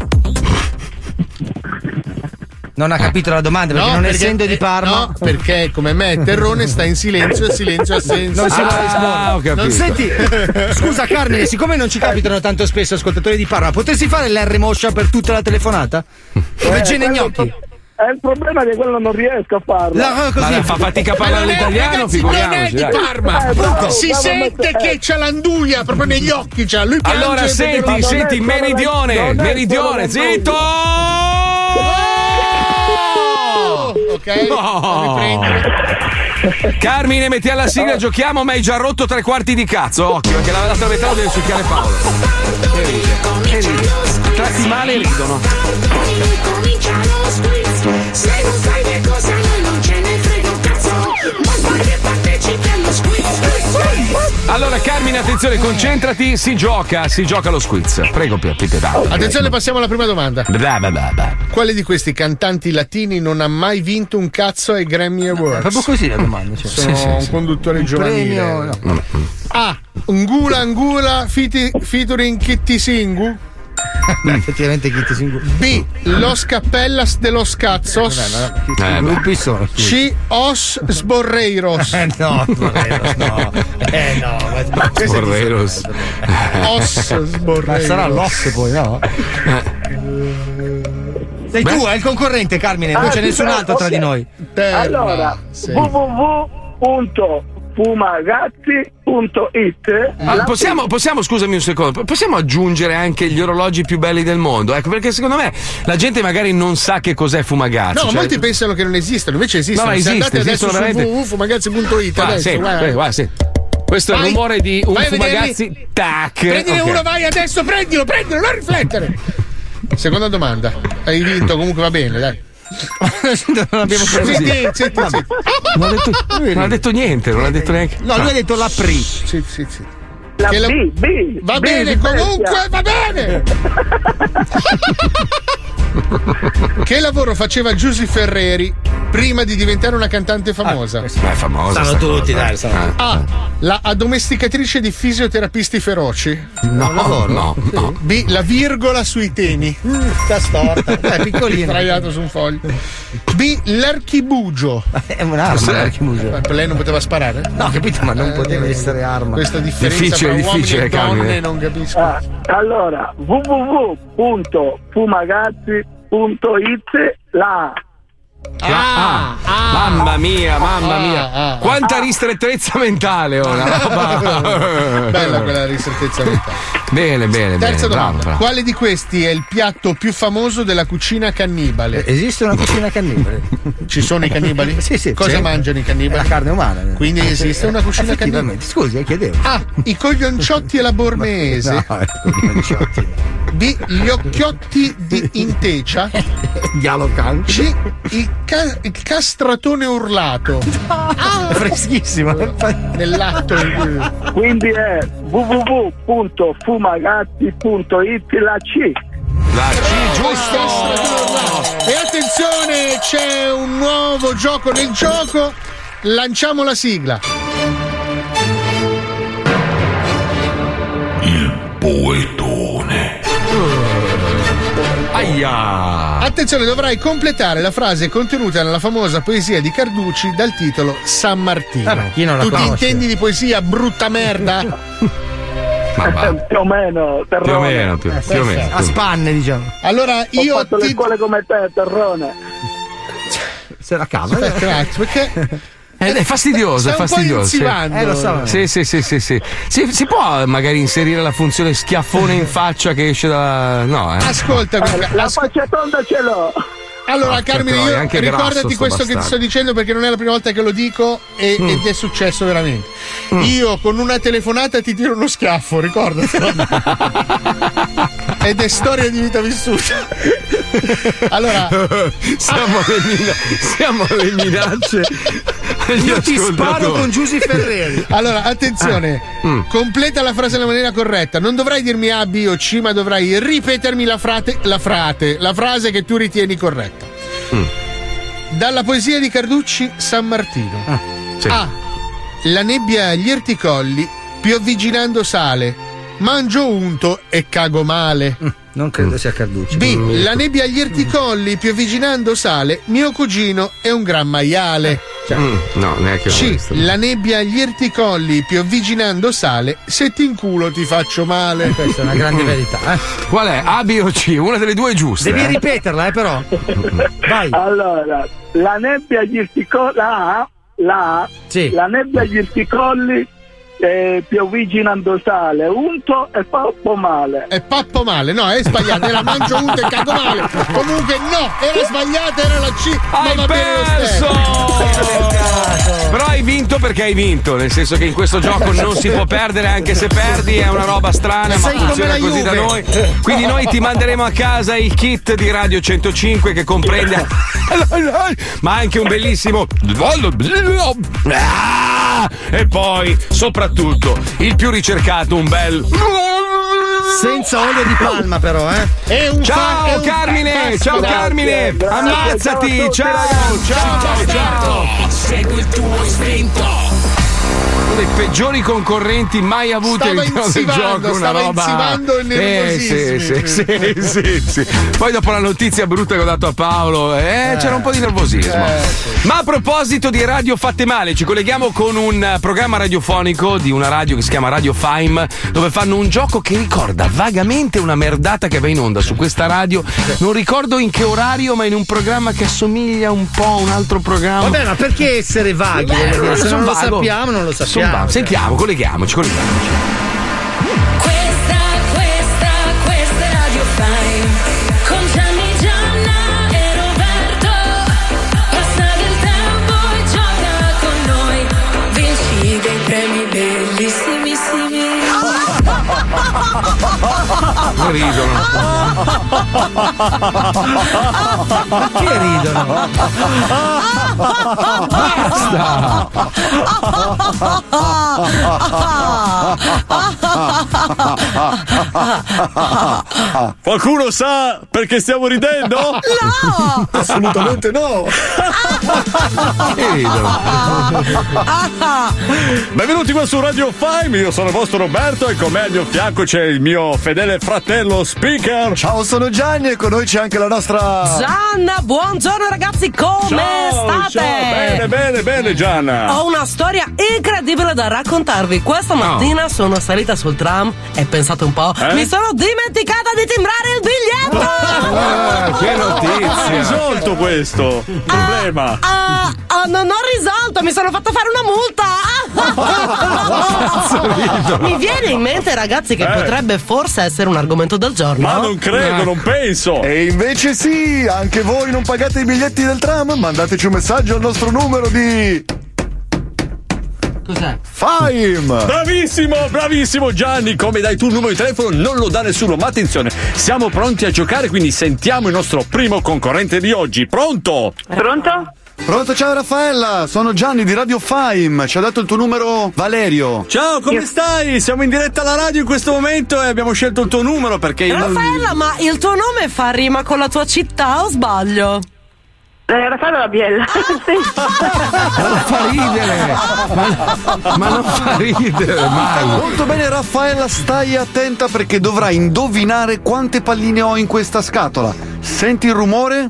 Non ha capito la domanda perché non essendo di Parma. No, perché come me è terrone, sta in silenzio e silenzio ha senso. Non si può rispondere. Ho capito. Non senti. Scusa Carmine, siccome non ci capitano tanto spesso ascoltatori di Parma, potresti fare l'R moscia per tutta la telefonata? Come Gene Gnocchi? Il problema è che quello non riesco a farlo. Ma fa fatica a parlare l'italiano, figuriamoci. Non è di Parma. Si sente che c'ha l'anduia proprio negli occhi. Lui allora senti, meridione, zitto! Ok, Carmine, metti alla sigla, giochiamo, ma hai già rotto 3/4 di cazzo. Occhio, perché l'altra metà lo deve succhiare Paolo. E ride. Tratti male e ridono. Se non sai che cosa noi non ce ne frega un cazzo, ma poi che partecipi allo squiz. Allora Carmine, attenzione, concentrati, si gioca lo squiz. Prego Pippe. Attenzione, passiamo alla prima domanda. Quale di questi cantanti latini non ha mai vinto un cazzo ai Grammy Awards? Proprio così la domanda. Sono un conduttore giovanile. A. Ngula featuring Kitty Singu. Effettivamente Kit Singur. B. Los Capellas de los Cazzos. I gruppi sono. C. Os Sborreiros. No, Sborreiros, no. No, Sborreiros. Os Sborreiros. Ma sarà l'os poi, no? Sei tu, è il concorrente, Carmine, non c'è nessun altro tra di noi. Allora, www.fumagazzi.it. Possiamo, scusami un secondo, possiamo aggiungere anche gli orologi più belli del mondo? Ecco, perché secondo me la gente magari non sa che cos'è Fumagazzi. No, molti pensano che non esistano, invece esistono. No, se andate adesso su veramente... www.fumagazzi.it adesso, guarda, sì. Questo è il rumore di un Fumagazzi. Tac. Prendine uno, vai adesso, prendilo, non riflettere. Seconda domanda. Hai vinto, comunque va bene, dai. Non abbiamo Senti. Non ha detto niente, non ha detto neanche. No, lui ha detto la PRI. Sì. La B. Va bene, comunque va bene. Che lavoro faceva Giusy Ferreri prima di diventare una cantante famosa? È famosa. Sanno tutti, dai. A. La addomesticatrice di fisioterapisti feroci. No. B. La virgola sui teni. Sta storta. È piccolino. Sdraiato su un foglio. B. L'archibugio. È un'arma l'archibugio. Lei non poteva sparare? No, capito, ma non poteva essere arma. Questa differenza tra uomini e donne non capisco. Allora, www.fumagazzi.it. Mamma mia. Quanta ristrettezza mentale, una roba. Bella quella ristrettezza mentale. Bene. Terza domanda. Bravo. Quale di questi è il piatto più famoso della cucina cannibale? Esiste una cucina cannibale? Ci sono i cannibali? Sì. Cosa mangiano i cannibali? La carne umana. Quindi esiste una cucina cannibale? Scusi, chiedevo. A. I coglionciotti alla bormeese. No, i coglionciotti. B. Gli occhiotti di intecia. Dialocan. C. Il castratone urlato. Freschissimo. Nell'atto. Quindi è www.fumagazzi.it. La C. Giusto. E attenzione, c'è un nuovo gioco nel gioco. Lanciamo la sigla. Il poetone. Aia! Attenzione, dovrai completare la frase contenuta nella famosa poesia di Carducci dal titolo San Martino. Chi non la tu ti conosce? intendi di poesia, brutta merda? Più o meno, Terrone. Più o meno. A spanne, diciamo. Allora Ho fatto le scuole come te, Terrone. Se la cava. Perché? È fastidioso, è fastidioso. Lo so. Sì. Si può magari inserire la funzione schiaffone in faccia che esce da. No, Ascolta, la faccia tonda ce l'ho. Allora, Carmine, io ricordati questo che ti sto dicendo perché non è la prima volta che lo dico ed è successo veramente. Io con una telefonata ti tiro uno schiaffo, ricordatelo. Ed è storia di vita vissuta. Allora, siamo alle minacce. Io ti sparo con Giusy Ferreri. Allora, attenzione, completa la frase nella maniera corretta. Non dovrai dirmi A, B o C, ma dovrai ripetermi la frase che tu ritieni corretta. Dalla poesia di Carducci, San Martino. Sì. A. La nebbia agli erticolli, piovviginando sale. Mangio unto e cago male. Non credo sia Carducci. B. La nebbia agli erticolli, piovviginando sale. Mio cugino è un gran maiale. No, neanche C. La nebbia agli erticolli, piovviginando sale. Se ti inculo ti faccio male. Questa è una grande verità. Qual è? A, B o C? Una delle due è giusta. Devi ripeterla, però. Vai. Allora, la nebbia agli erticolli. La nebbia agli erticolli. Piovviginando sale, unto e pappo male. È pappo male, no, è sbagliato, era mangio unto e cago male. Comunque no, era sbagliata, era la C. Hai perso! Però hai vinto perché hai vinto, nel senso che in questo gioco non si può perdere, anche se perdi è una roba strana, ma funziona così da noi. Quindi noi ti manderemo a casa il kit di Radio 105 che comprende ma anche un bellissimo e poi soprattutto il più ricercato, un bel senza olio di palma, però, Ciao Carmine, ciao Carmine, ammazzati, ciao. Segui il tuo istinto. dei peggiori concorrenti mai avuti all'interno del gioco. Una roba. Inzivando il nervosismo. Sì. Poi dopo la notizia brutta che ho dato a Paolo, c'era un po' di nervosismo. Ma a proposito di radio fatte male, ci colleghiamo con un programma radiofonico di una radio che si chiama Radio Fime, dove fanno un gioco che ricorda vagamente una merdata che va in onda su questa radio. Non ricordo in che orario, ma in un programma che assomiglia un po' a un altro programma. Vabbè, ma perché essere vaghi? Se non lo sappiamo, non lo sappiamo. Sentiamo, colleghiamoci. Questa è Radio Fime con Gianni, Gianna e Roberto. Passa del tempo e gioca con noi. Vinci dei premi bellissimissimi. Che ridono. Che ridono? Basta. Qualcuno sa perché stiamo ridendo? No! Assolutamente no. Che ridono. Benvenuti qua su Radio Fime, io sono il vostro Roberto e con me al mio fianco c'è il mio fedele fratello Speaker. Ciao, sono Gianni e con noi c'è anche la nostra Gianna. Buongiorno ragazzi, come state? Ciao, bene Gianna. Ho una storia incredibile da raccontarvi. Questa mattina sono salita sul tram e pensate un po', mi sono dimenticata di timbrare il biglietto. Che notizia! Hai risolto questo problema? Non ho risolto, mi sono fatta fare una multa. Mi viene in mente, ragazzi, che potrebbe forse essere un argomento del giorno. Ma non credo, non penso. E invece sì, anche voi non pagate i biglietti del tram? Mandateci un messaggio al nostro numero di Cos'è? Fime! Bravissimo Gianni, come dai tu il numero di telefono non lo dà nessuno, ma attenzione, siamo pronti a giocare, quindi sentiamo il nostro primo concorrente di oggi. Pronto? Pronto, ciao Raffaella, sono Gianni di Radio Fime, ci ha dato il tuo numero Valerio. Ciao, come stai? Siamo in diretta alla radio in questo momento e abbiamo scelto il tuo numero perché Raffaella, ma il tuo nome fa rima con la tua città o sbaglio? Raffaella La Biella. Ma non fa ridere. Ma non fa ridere mai. Molto bene Raffaella, stai attenta perché dovrai indovinare quante palline ho in questa scatola. Senti il rumore?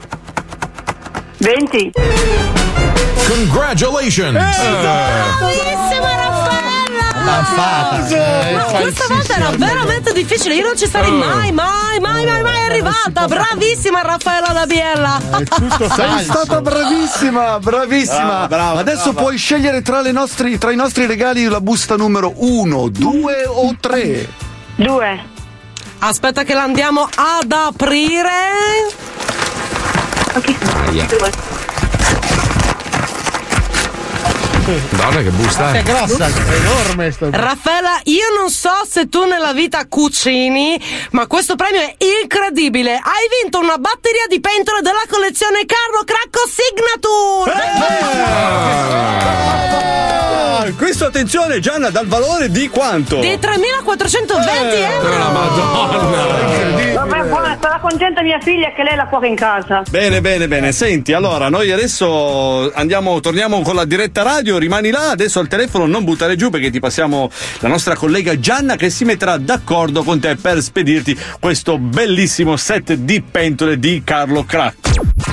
20. Congratulations! Bravissima Raffaella! L'ha fatta. Questa volta era veramente difficile, io non ci sarei mai arrivata. Bravissima Raffaella La Biella. Sei stata bravissima. Brava. Adesso puoi scegliere tra i nostri regali la busta numero 1, 2 o 3. 2. Aspetta che la andiamo ad aprire. Donna, che busta è grossa, è enorme sto. Raffaella, io non so se tu nella vita cucini, ma questo premio è incredibile. Hai vinto una batteria di pentole della collezione Carlo Cracco Signature. Questo, attenzione Gianna, dal valore di quanto? Di 3.420 euro. La Madonna. Vabbè, buona, sarà contenta mia figlia che lei la cuoca in casa. Bene. Senti, allora noi adesso torniamo con la diretta radio, rimani là, adesso al telefono non buttare giù perché ti passiamo la nostra collega Gianna che si metterà d'accordo con te per spedirti questo bellissimo set di pentole di Carlo Cracco.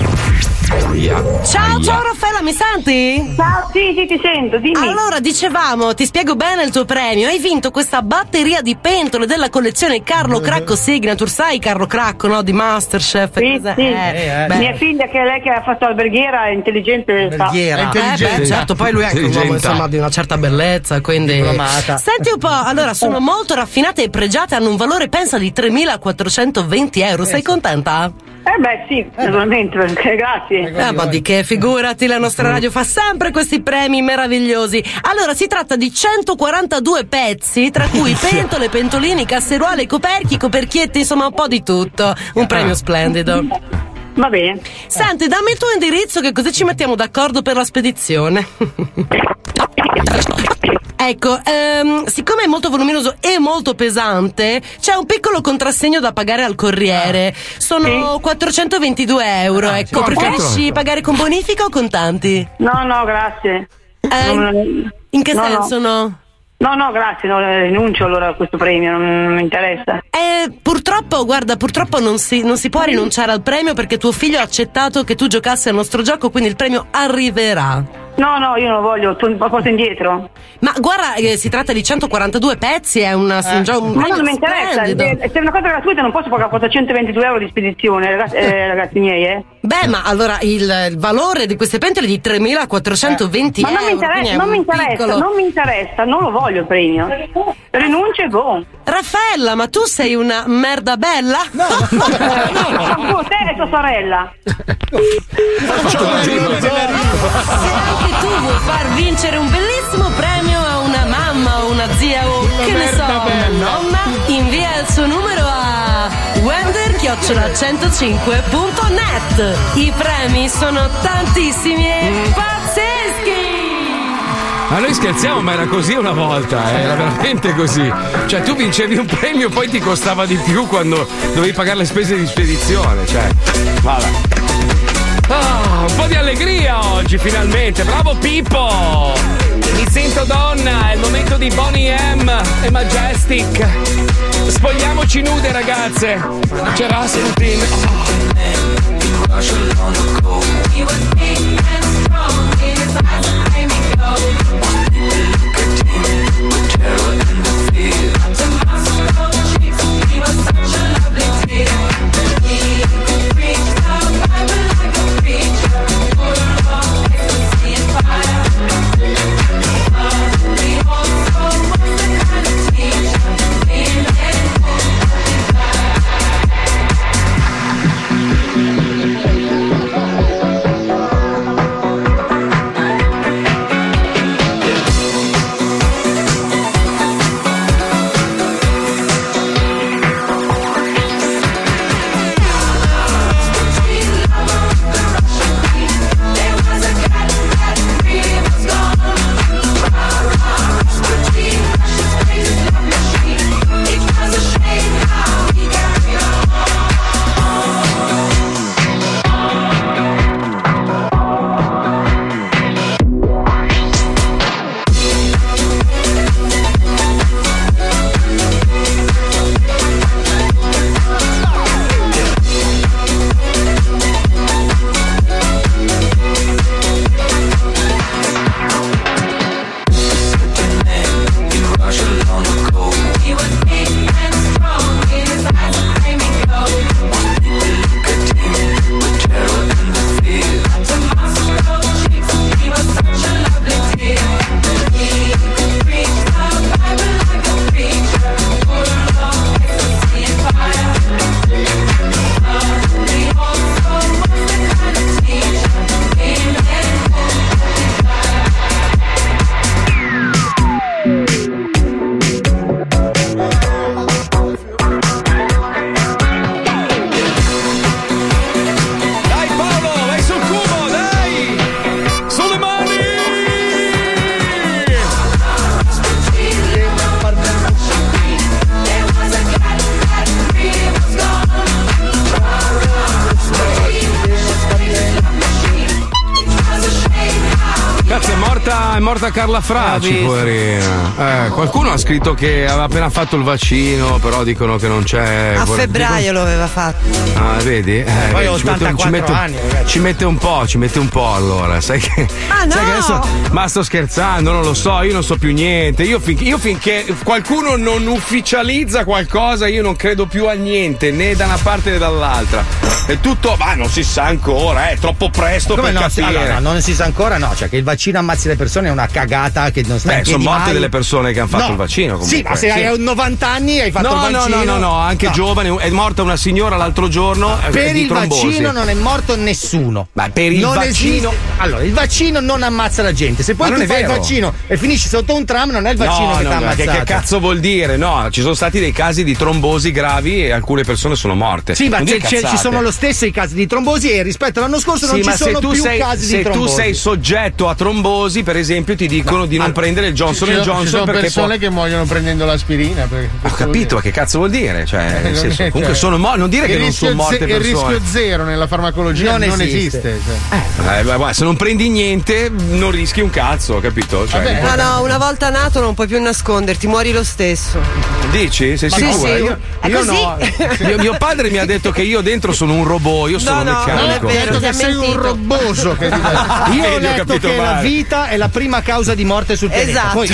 Ciao Raffaella, mi senti? Ciao, sì, ti sento, dimmi. Allora, dicevamo, ti spiego bene il tuo premio. Hai vinto questa batteria di pentole della collezione Carlo Cracco Signature. Sai Carlo Cracco, no? Di Masterchef. Sì. Mia figlia, che è lei che ha fatto alberghiera, è intelligente. Certo, poi lui è anche un uomo, insomma, di una certa bellezza, quindi diplomata. Senti un po', allora, sono molto raffinate e pregiate, hanno un valore, pensa, di 3.420 euro. Sei contenta? Sì, naturalmente, grazie. Ma di che, figurati, la nostra radio fa sempre questi premi meravigliosi. Allora, si tratta di 142 pezzi, tra cui pentole, pentolini, casseruole, coperchi, coperchietti, insomma un po' di tutto. Un premio splendido. Va bene. Senti, dammi il tuo indirizzo che così ci mettiamo d'accordo per la spedizione. Ecco, siccome è molto voluminoso e molto pesante, c'è un piccolo contrassegno da pagare al corriere. Sono 422 euro. Ecco, preferisci pagare con bonifica o contanti? No, grazie. In che senso no? No, grazie, rinuncio allora a questo premio, non mi interessa. Purtroppo non si può rinunciare al premio perché tuo figlio ha accettato che tu giocassi al nostro gioco, quindi il premio arriverà. No, io non lo voglio, porto indietro. Ma guarda, si tratta di 142 pezzi, è un Ma non mi interessa, se è una cosa gratuita non posso pagare 422 euro di spedizione, ragazzi miei, Beh, ma allora il valore di queste pentole è di 3.420 Ma euro. non mi interessa, non lo voglio il premio. Rinuncio e boh. Raffaella, ma tu sei una merda bella? No. Te e tua sorella. Se tu vuoi far vincere un bellissimo premio a una mamma o una zia o che ne so, una nonna, invia il suo numero a wender@105.net. I premi sono tantissimi e pazzeschi. Ma noi scherziamo, ma era così una volta, era veramente così. Cioè, tu vincevi un premio, poi ti costava di più quando dovevi pagare le spese di spedizione. Cioè, vabbè. Un po' di allegria oggi, finalmente. Bravo Pippo! Mi sento donna, è il momento di Boney M e Majestic. Spogliamoci nude, ragazze. C'è Rasputin. È morta Carla Fraci, poverina. Qualcuno ha scritto che aveva appena fatto il vaccino, però dicono che non c'è. A febbraio lo aveva fatto. Ah, vedi? Poi ho 84 anni, ci mette un po' allora. Sai che. No! Sai che adesso. Ma sto scherzando, non lo so, io non so più niente. Io finché qualcuno non ufficializza qualcosa, io non credo più a niente, né da una parte né dall'altra. È tutto, ma non si sa ancora, è troppo presto. Come per no? capire. Allora, non si sa ancora, no, cioè che il vaccino ammazzi le persone è una cagata che non sta in piedi sono morte mai. delle persone che hanno fatto il vaccino comunque. Sì, ma se hai 90 anni hai fatto il vaccino. No, anche giovane. È morta una signora l'altro giorno per di il trombosi. vaccino non è morto nessuno. Ma per il vaccino allora, il vaccino non ammazza la gente. Se poi tu fai il vaccino e finisci sotto un tram, non è il vaccino che ti ha ammazzato. Che cazzo vuol dire? No, ci sono stati dei casi di trombosi gravi e alcune persone sono morte. Sì, ma ci sono lo stesso i casi di trombosi e rispetto all'anno scorso non ci sono più casi di trombosi. Se tu sei soggetto a trombosi, per esempio, esempio ti dicono di non prendere il Johnson ci Johnson sono perché persone che muoiono prendendo l'aspirina. Ho capito, ma che cazzo vuol dire? Cioè, nel senso, comunque sono non dire che non sono morte persone. Il rischio zero nella farmacologia non esiste. Se non prendi niente, non rischi un cazzo, capito? Cioè, No, una volta nato non puoi più nasconderti, muori lo stesso. Dici? Sei sicura? Io no. Mio padre mi ha detto che io dentro sono un robot, io sono meccanico. Ha detto che sei un roboso. Io ho letto che la vita è la prima causa di morte sul pianeta. Poi,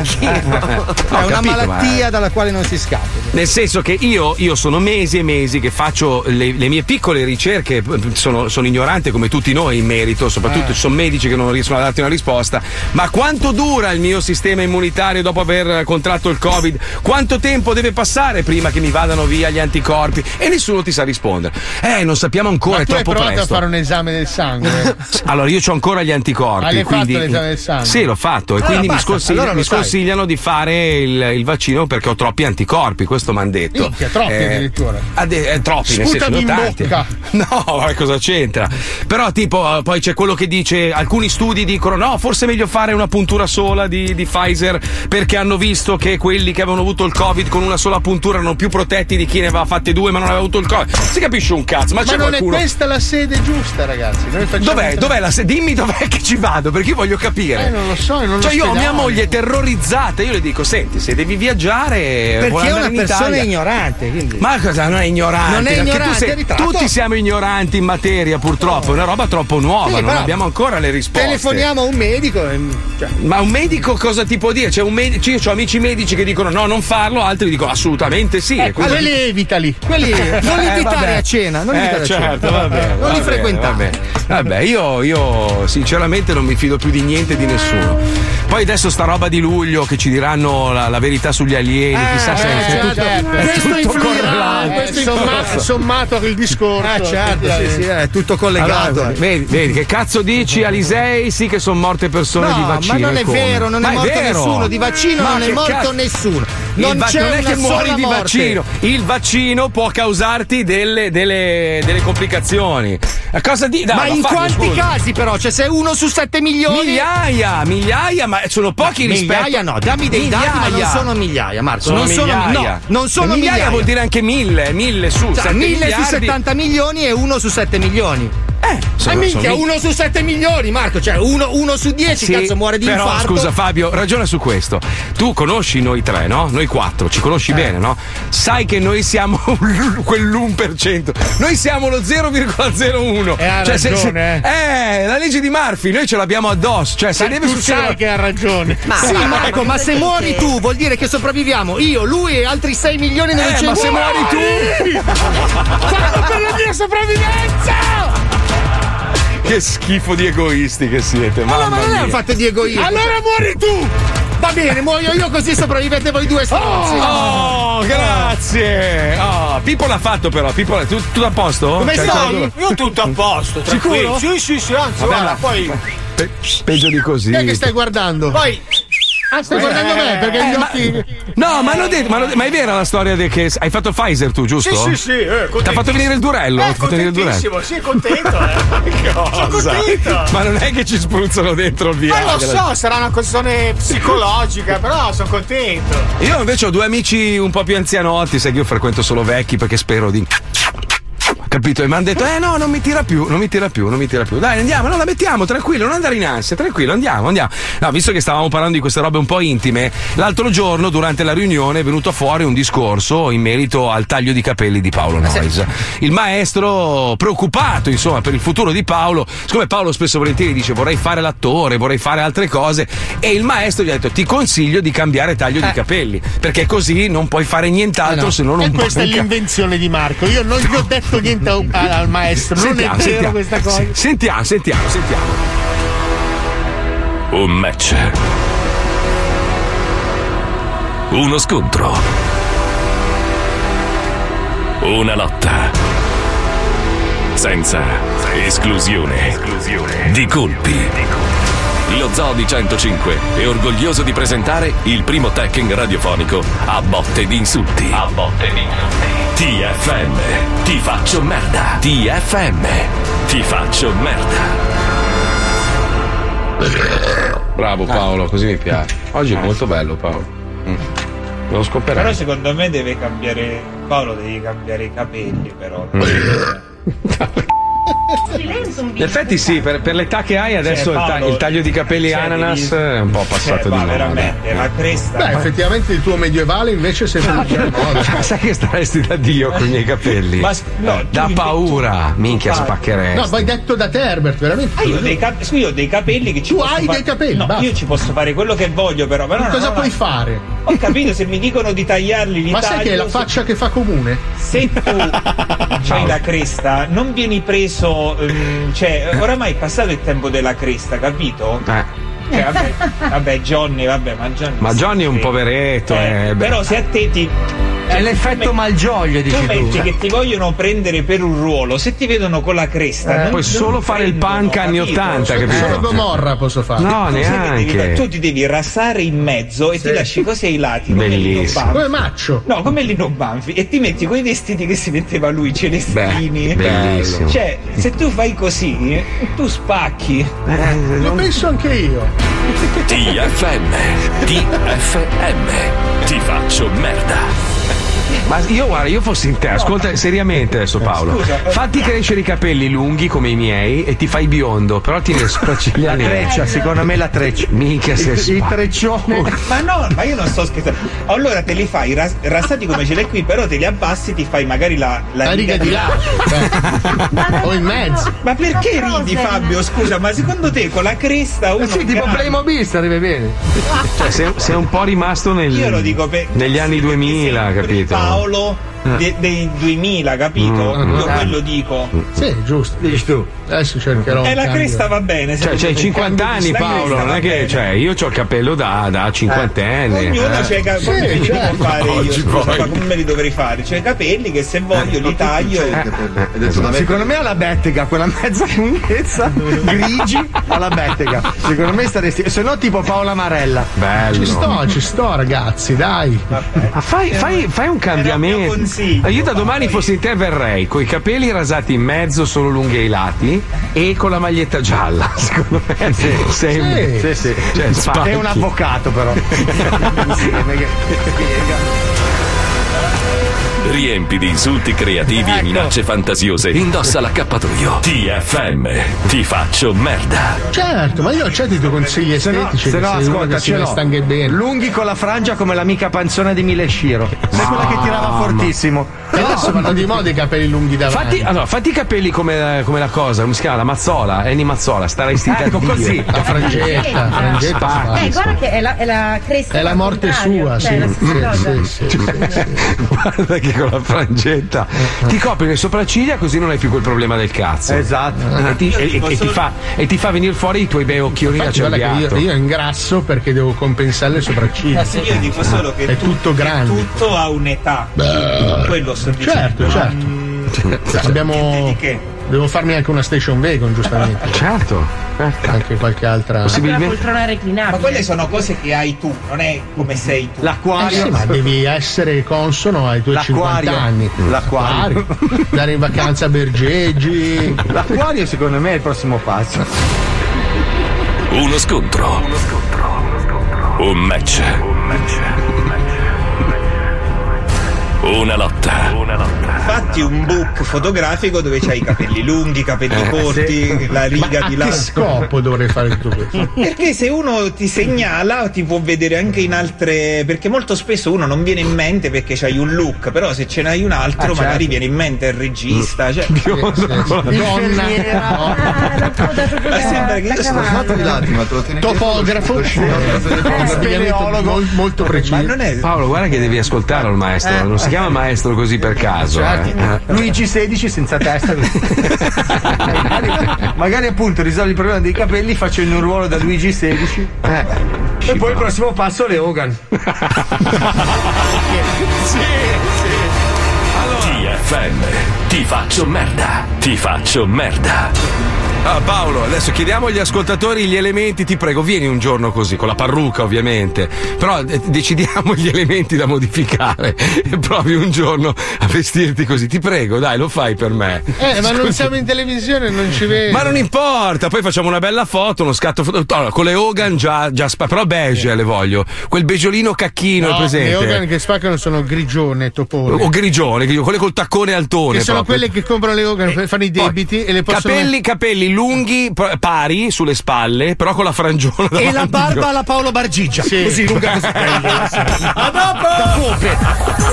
è una malattia dalla quale non si scappa. Nel senso che io sono mesi e mesi che faccio le mie piccole ricerche, sono ignorante come tutti noi in merito, soprattutto ci sono medici che non riescono a darti una risposta, ma quanto dura il mio sistema immunitario dopo aver contratto il Covid? Quanto tempo deve passare prima che mi vadano via gli anticorpi? E nessuno ti sa rispondere. Non sappiamo ancora, ma è tu troppo hai provato presto. a fare un esame del sangue? Allora io ho ancora gli anticorpi. Hai quindi... fatto l'esame del sangue? Sì, l'ho fatto e quindi mi sconsigliano di fare il vaccino perché ho troppi anticorpi, questo mi hanno detto. Minchia, troppi addirittura. Troppi, nel senso, in tanti. bocca. No, ma cosa c'entra? Però tipo poi c'è quello che dice, alcuni studi dicono no, forse è meglio fare una puntura sola di Pfizer perché hanno visto che quelli che avevano avuto il Covid con una sola puntura erano più protetti di chi ne aveva fatte due ma non aveva avuto il Covid. Si capisce un cazzo, ma c'è non qualcuno... è questa la sede giusta, ragazzi. Dov'è la sede? Dimmi dov'è che ci vado, perché io voglio capire. Non lo so, Cioè io ho mia moglie terrorizzata, io le dico, senti, se devi viaggiare perché è una persona ignorante, quindi. Ma cosa non è ignorante? Non è ignorante, tutti siamo ignoranti in materia, purtroppo, è una roba troppo nuova, non abbiamo ancora le risposte. Telefoniamo a un medico. Ma un medico cosa ti può dire? Cioè io ho amici medici che dicono no, non farlo, altri dicono assolutamente sì. Quelli evitali. Quelli non li invitare a cena, non li invitare a cena. Certo, non li frequentare. Vabbè, io sinceramente non mi fido più di niente e di nessuno. Poi adesso sta roba di luglio che ci diranno la verità sugli alieni, chissà se è tutto correlato. Sommato il discorso. Certo, sì, è tutto collegato. Allora, vedi che cazzo dici, Alisei? Sì che sono morte persone di vaccino. Ma non è vero, non è morto nessuno, di vaccino non è morto nessuno. Non è che muori di vaccino. Il vaccino può causarti delle complicazioni. Ma in quanti casi però? Cioè se 1 su 7 milioni? Migliaia, ma sono pochi rispetto. Migliaia no, dammi dei dati, ma non sono migliaia, Marco. Non sono migliaia. Vuol dire anche 1000 su 7 1000 su 70 milioni e 1 su 7 milioni. Minchia, 1 su 7 milioni, Marco, cioè 1 su 10 cazzo muore di infarto. Però scusa Fabio, ragiona su questo. Tu conosci noi tre, no? Noi 4, ci conosci bene, no? Sai che noi siamo quell'1%. Noi siamo lo 0,01. Ha ragione. La legge di Murphy, noi ce l'abbiamo addosso. Cioè, se deve succedere. Sai che ha ragione. Sì, Marco, ma se muori tu vuol dire che sopravviviamo io, lui e altri 6 milioni nelle ma se muori tu fallo per la mia sopravvivenza! Che schifo di egoisti che siete, ma non è un fatto di egoismo. Allora muori tu! Va bene, muoio io così sopravvivete voi due stronzi. Oh, grazie. Pippo l'ha fatto però. Pippo, tu a posto? Come stai? Io tutto a posto, tranquillo. Sì, anzi, guarda, poi peggio di così. Che stai guardando? Poi stai guardando me perché gli occhi. No, ma hanno detto, ma è vera la storia che hai fatto Pfizer tu, giusto? Sì. Ti ha fatto venire il durello? Contentissimo, sì, contento. Sono contento. Ma non è che ci spruzzano dentro il Viagra. Ma lo so, sarà una questione psicologica, però sono contento. Io invece ho 2 amici un po' più anzianotti, sai che io frequento solo vecchi perché spero di. Capito? E mi hanno detto no, non mi tira più. Dai, andiamo, la mettiamo, tranquillo, non andare in ansia, tranquillo, andiamo. No, visto che stavamo parlando di queste robe un po' intime, l'altro giorno durante la riunione è venuto fuori un discorso in merito al taglio di capelli di Paolo Noyes. Il maestro preoccupato, insomma, per il futuro di Paolo, siccome Paolo spesso e volentieri dice vorrei fare l'attore, vorrei fare altre cose, e il maestro gli ha detto ti consiglio di cambiare taglio di capelli, perché così non puoi fare nient'altro se non un po'. Questa è l'invenzione di Marco, io non gli ho detto niente al maestro, non è vero questa cosa. Sentiamo. Un match, uno scontro, una lotta senza esclusione di colpi. Lo Zoo di 105 è orgoglioso di presentare il primo tag radiofonico a botte di insulti. TFM, ti faccio merda. TFM, ti faccio merda. Bravo Paolo, così mi piace. Oggi è molto bello Paolo. L'ho scoperto. Però secondo me deve cambiare. Paolo devi cambiare i capelli, però. In effetti sì, per l'età che hai adesso Paolo, il taglio di capelli ananas è un po' passato di moda. Veramente, la cresta. Beh, effettivamente il tuo medievale invece sei più di moda. Sai che staresti da Dio con i miei capelli? Da paura, minchia spaccheresti. No, vai detto da te, Herbert, veramente. Io ho dei capelli che ci tu posso hai fare. dei capelli, no, basta. io ci posso fare quello che voglio, però cosa puoi fare? Ho capito, se mi dicono di tagliarli li Ma taglio. sai che è la faccia che fa comune? Se tu c'hai la cresta, non vieni preso. Cioè, oramai è passato il tempo della cresta, capito? Cioè, vabbè, Johnny, ma Johnny. Ma Johnny è un poveretto, però se a te ti. È l'effetto Malgioglio, dici tu. Metti che ti vogliono prendere per un ruolo, se ti vedono con la cresta. Puoi solo fare il punk anni 80, capito? Solo Gomorra posso fare. No, neanche. Tu ti devi rasare in mezzo e ti lasci così ai lati. Bellissimo. Come Maccio. No, come Lino Banfi. E ti metti quei vestiti che si metteva lui, celestini. Bellissimo. Cioè, se tu fai così, tu spacchi. Lo penso anche io. TFM. Ti faccio merda. Ma io fossi in te, ascolta seriamente adesso Paolo. Fatti crescere i capelli lunghi come i miei e ti fai biondo, però tieni le sopracciglia La treccia, secondo me la treccia. Minchia il treccione. Ma no, ma io non sto scherzando. Allora te li fai rasati come ce l'hai qui, però te li abbassi, ti fai magari la riga di là. O in mezzo. Ma perché ridi, Fabio? Scusa, ma secondo te con la cresta uno. Sì, tipo Playmobil arriva bene. Cioè, sei un po' rimasto Io lo dico negli anni 2000, capito? Paolo dei 2000, capito? Io quello dico. Sì, giusto. Dici tu. Adesso cercherò. E la cresta va bene. Cioè, c'hai 50 anni, Paolo. Non è che. Cioè, io ho il capello da cinquantenne. Ognuno c'ha i capelli. Sì, Come fare io? Oggi Scusa, poi. ma come me li dovrei fare? C'ho i capelli che se voglio li taglio. Secondo me alla bettega, quella mezza lunghezza, grigi alla bettega. Secondo me staresti. Se no, tipo Paola Marella. Bello. Ci sto, ragazzi, dai. Ma fai un cambiamento. Io da domani fossi in te verrei con i capelli rasati in mezzo, solo lunghi ai lati e con la maglietta gialla. Secondo me Sì. Cioè, è un avvocato però. Riempi di insulti creativi e minacce fantasiose. Indossa l'accappatoio. TFM. Ti faccio merda. Certo, ma io accetto i tuoi consigli estetici. Se no, ascolta, ce l'ho. Anche bene. Lunghi con la frangia come l'amica panzona di Mile Shiro. Sei quella che tirava fortissimo. Adesso vanno di moda i capelli lunghi davanti. Fatti i capelli come la cosa, come si chiama? La Mazzola, Eni Mazzola, starai stita ecco così. La frangetta. Guarda che è la cresta. È la morte sua, sì. Guarda che con la frangetta ti copri le sopracciglia così non hai più quel problema del cazzo. Esatto. E ti fa venire fuori i tuoi bei occhioni da cerbiato. Io ingrasso perché devo compensare le sopracciglia. Io dico solo che è tutto grande. Tutto ha un'età. Quello sto dicendo. Certo. Devo farmi anche una station wagon, giustamente. Certo. Anche qualche altra. La poltrona reclinabile. Ma quelle sono cose che hai tu, non è come sei tu. L'acquario. Sì, ma devi essere consono ai tuoi 50 anni. L'acquario. Andare in vacanza a Bergeggi. L'acquario secondo me è il prossimo passo. Uno scontro. Un match. Una lotta. Fatti un book fotografico dove c'hai i capelli lunghi, i capelli corti, la riga ma di a là. che scopo dovrei fare tutto questo? Perché se uno ti segnala ti può vedere anche in altre. Perché molto spesso uno non viene in mente perché c'hai un look, però se ce n'hai un altro magari viene in mente il regista. Cioè. Topografo, molto preciso. Paolo, guarda che devi ascoltare il maestro, non si chiama maestro così per caso. Luigi XVI senza testa. magari appunto risolvi il problema dei capelli facendo un ruolo da Luigi XVI. E poi il prossimo passo le Hogan. TFM. Ti faccio merda. Ti faccio merda. Ah, Paolo, adesso chiediamo agli ascoltatori gli elementi, ti prego, vieni un giorno così, con la parrucca ovviamente, però decidiamo gli elementi da modificare e provi un giorno a vestirti così, ti prego, dai, lo fai per me. Ma non siamo in televisione, non ci vedi. Ma non importa, poi facciamo una bella foto, uno scatto allora, con le Hogan già però beige le voglio, quel beggiolino cacchino, è presente? Le Hogan che spaccano sono grigione, topone. O grigione, quelle col taccone altone. Che sono proprio. quelle che comprano le Hogan, fanno i debiti e le possono... Capelli lunghi, pari sulle spalle, però con la frangiona davanti. E la barba alla Paolo Bargigia, sì. Così lunga così. A dopo!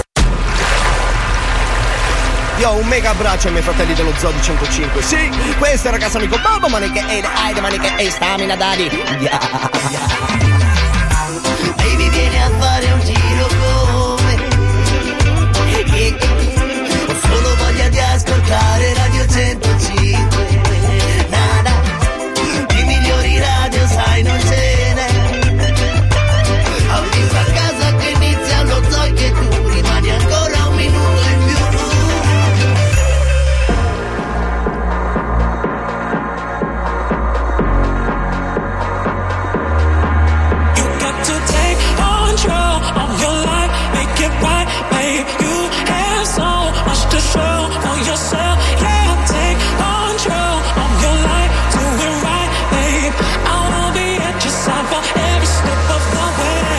Io ho un mega abbraccio ai miei fratelli dello Zoo di 105. Sì, questo è il ragazzo amico Bobo Maniche e Maniche e Stamina Daddy. Baby, vieni a fare un giro con me. Ho solo voglia di ascoltare Radio 105. Radio, sai, non ce n'è. Avvisa a casa che inizia lo zoo e che tu rimani ancora un minuto in più. You got to take control of your life, make it right, babe. You have so much to show for yourself. Yeah, take control of your life, do it right. I will be at your side for every step of the way.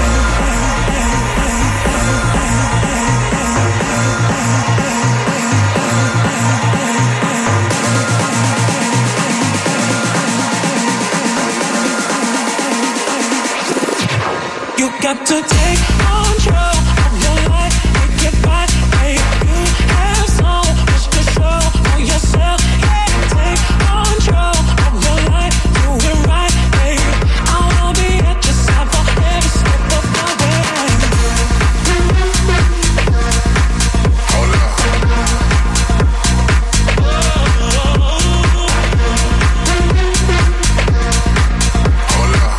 You got to take control of your life, make it right, babe. You have so much to show for yourself. Yeah, take control of your life. Right, babe. I will be at your side for every step of the way. Hold up. Hold up.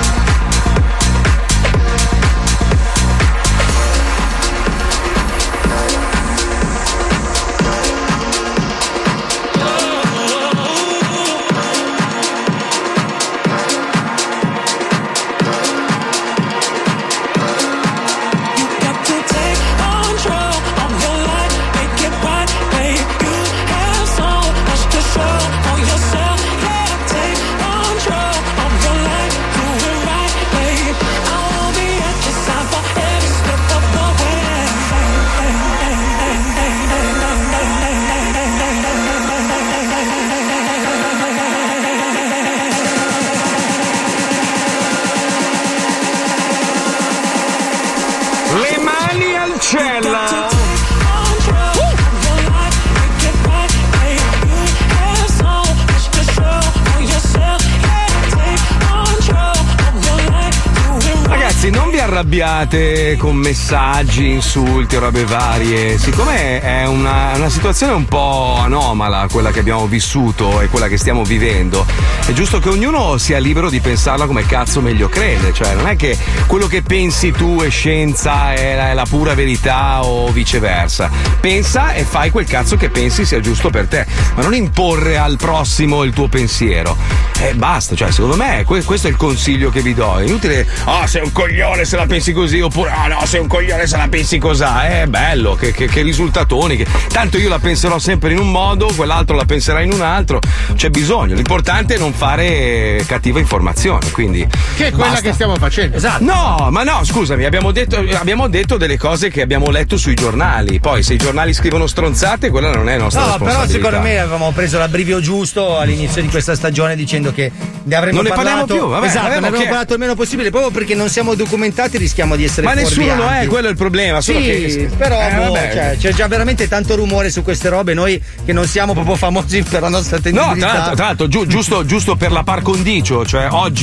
arrabbiate con messaggi, insulti o robe varie. Siccome è una situazione un po' anomala quella che abbiamo vissuto e quella che stiamo vivendo, è giusto che ognuno sia libero di pensarla come cazzo meglio crede. Cioè non è che quello che pensi tu è scienza, è la pura verità o viceversa. Pensa e fai quel cazzo che pensi sia giusto per te, ma non imporre al prossimo il tuo pensiero. Basta, cioè secondo me questo è il consiglio che vi do. È inutile, sei un coglione se la pensi così, oppure no, sei un coglione se la pensi cosà. È bello, che risultatoni. Tanto io la penserò sempre in un modo, quell'altro la penserà in un altro. C'è bisogno, l'importante è non fare cattiva informazione, quindi che è quella che stiamo facendo. Esatto. No, scusami, abbiamo detto delle cose che abbiamo letto sui giornali. Poi se i giornali scrivono stronzate, quella non è nostra responsabilità. Però secondo me avevamo preso l'abbrivio giusto all'inizio di questa stagione dicendo che ne avremmo parlato. Non ne parliamo più, vabbè. Esatto, ne avremmo parlato il meno possibile, proprio perché non siamo documentati, rischiamo di essere fuorvianti. Ma nessuno lo è, quello è il problema. Solo sì, che però c'è già veramente tanto rumore su queste robe, noi che non siamo proprio famosi per la nostra tendenza. No, tra l'altro, giusto per la par condicio, cioè oggi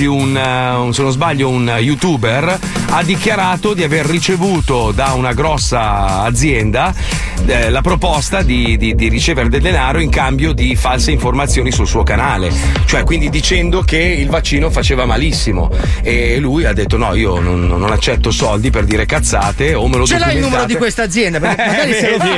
se non sbaglio un youtuber ha dichiarato di aver ricevuto da una grossa azienda la proposta di ricevere del denaro in cambio di false informazioni sul suo canale, cioè quindi dicendo che il vaccino faceva malissimo, e lui ha detto no, io non accetto soldi per dire cazzate, o me lo ce l'hai il numero di questa azienda? Perché magari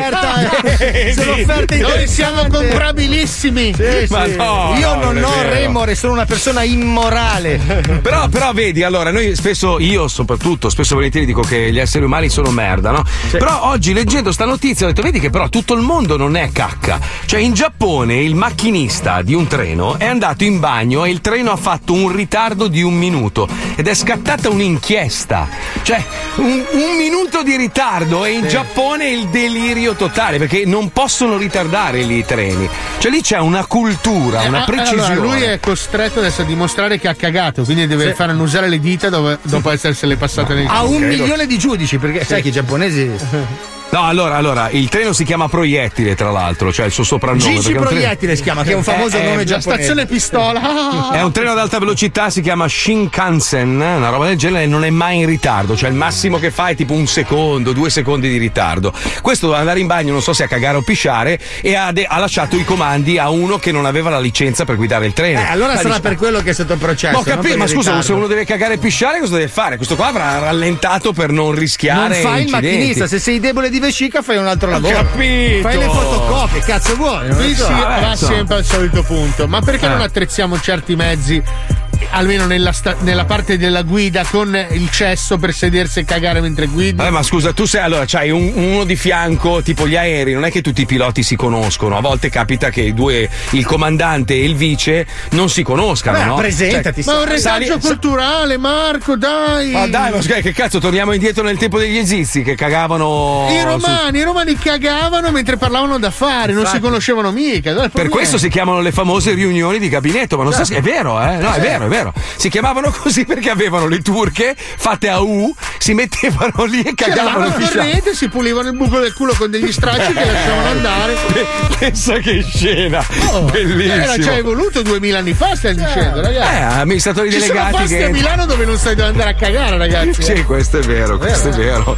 se l'offerta noi siamo comprabilissimi. Ma no, io non non è ho vero. remore, sono una persona immorale. Però vedi, allora noi io soprattutto spesso e volentieri dico che gli esseri umani sono merda, no? Però oggi leggendo sta notizia ho detto vedi che però tutto il mondo non è cacca. Cioè in Giappone il macchinista di un treno è andato in bagno e il treno ha fatto un ritardo di 1 minuto ed è scattata un'inchiesta. Cioè un minuto di ritardo, e in Giappone il delirio totale, perché non possono ritardare lì i treni. Cioè lì c'è una cultura, una precisione. Allora, lui è costretto adesso a dimostrare che ha cagato, quindi deve fare annusare le dita dopo essersele passate nel Ha 1 milione di giudici, perché sai che i giapponesi. No, allora, il treno si chiama Proiettile, tra l'altro, cioè il suo soprannome. Gigi Proiettile si chiama, che è un famoso nome giapponese. Stazione pistola. È un treno ad alta velocità, si chiama Shinkansen, una roba del genere, e non è mai in ritardo, cioè il massimo che fa è tipo 1 secondo, 2 secondi di ritardo. Questo doveva andare in bagno, non so se a cagare o pisciare, e ha lasciato i comandi a uno che non aveva la licenza per guidare il treno. Allora sarà per quello che è sotto processo. Ma ho capito, ma scusa, se uno deve cagare e pisciare cosa deve fare? Questo qua avrà rallentato per non rischiare. Non fai il macchinista, se sei debole di vescica fai un altro lavoro. Capito. Fai le fotocopie, cazzo vuoi? Qui si va sempre al solito punto. Ma perché non attrezziamo certi mezzi, almeno nella parte della guida, con il cesso per sedersi e cagare mentre guidi? Ma scusa, tu c'hai uno di fianco, tipo gli aerei, non è che tutti i piloti si conoscono, a volte capita che il comandante e il vice non si conoscano, no? Presentati. Ma è un retaggio culturale, Marco, dai! Ma dai, ma che cazzo, torniamo indietro nel tempo degli egizi che cagavano. I romani cagavano mentre parlavano d'affari, non si conoscevano mica. Per questo si chiamano le famose riunioni di gabinetto, ma non so se è vero, No, è vero. Si chiamavano così perché avevano le turche fatte a U, si mettevano lì e cagavano. Corrente, si pulivano il buco del culo con degli stracci che lasciavano andare. Pensa che scena! Bellissimo. Era già evoluto 2000 anni fa, stai dicendo, ragazzi. Amministratori delegati. Ci sono posti a Milano dove non sai dove andare a cagare, ragazzi. Sì, questo è vero, questo è vero.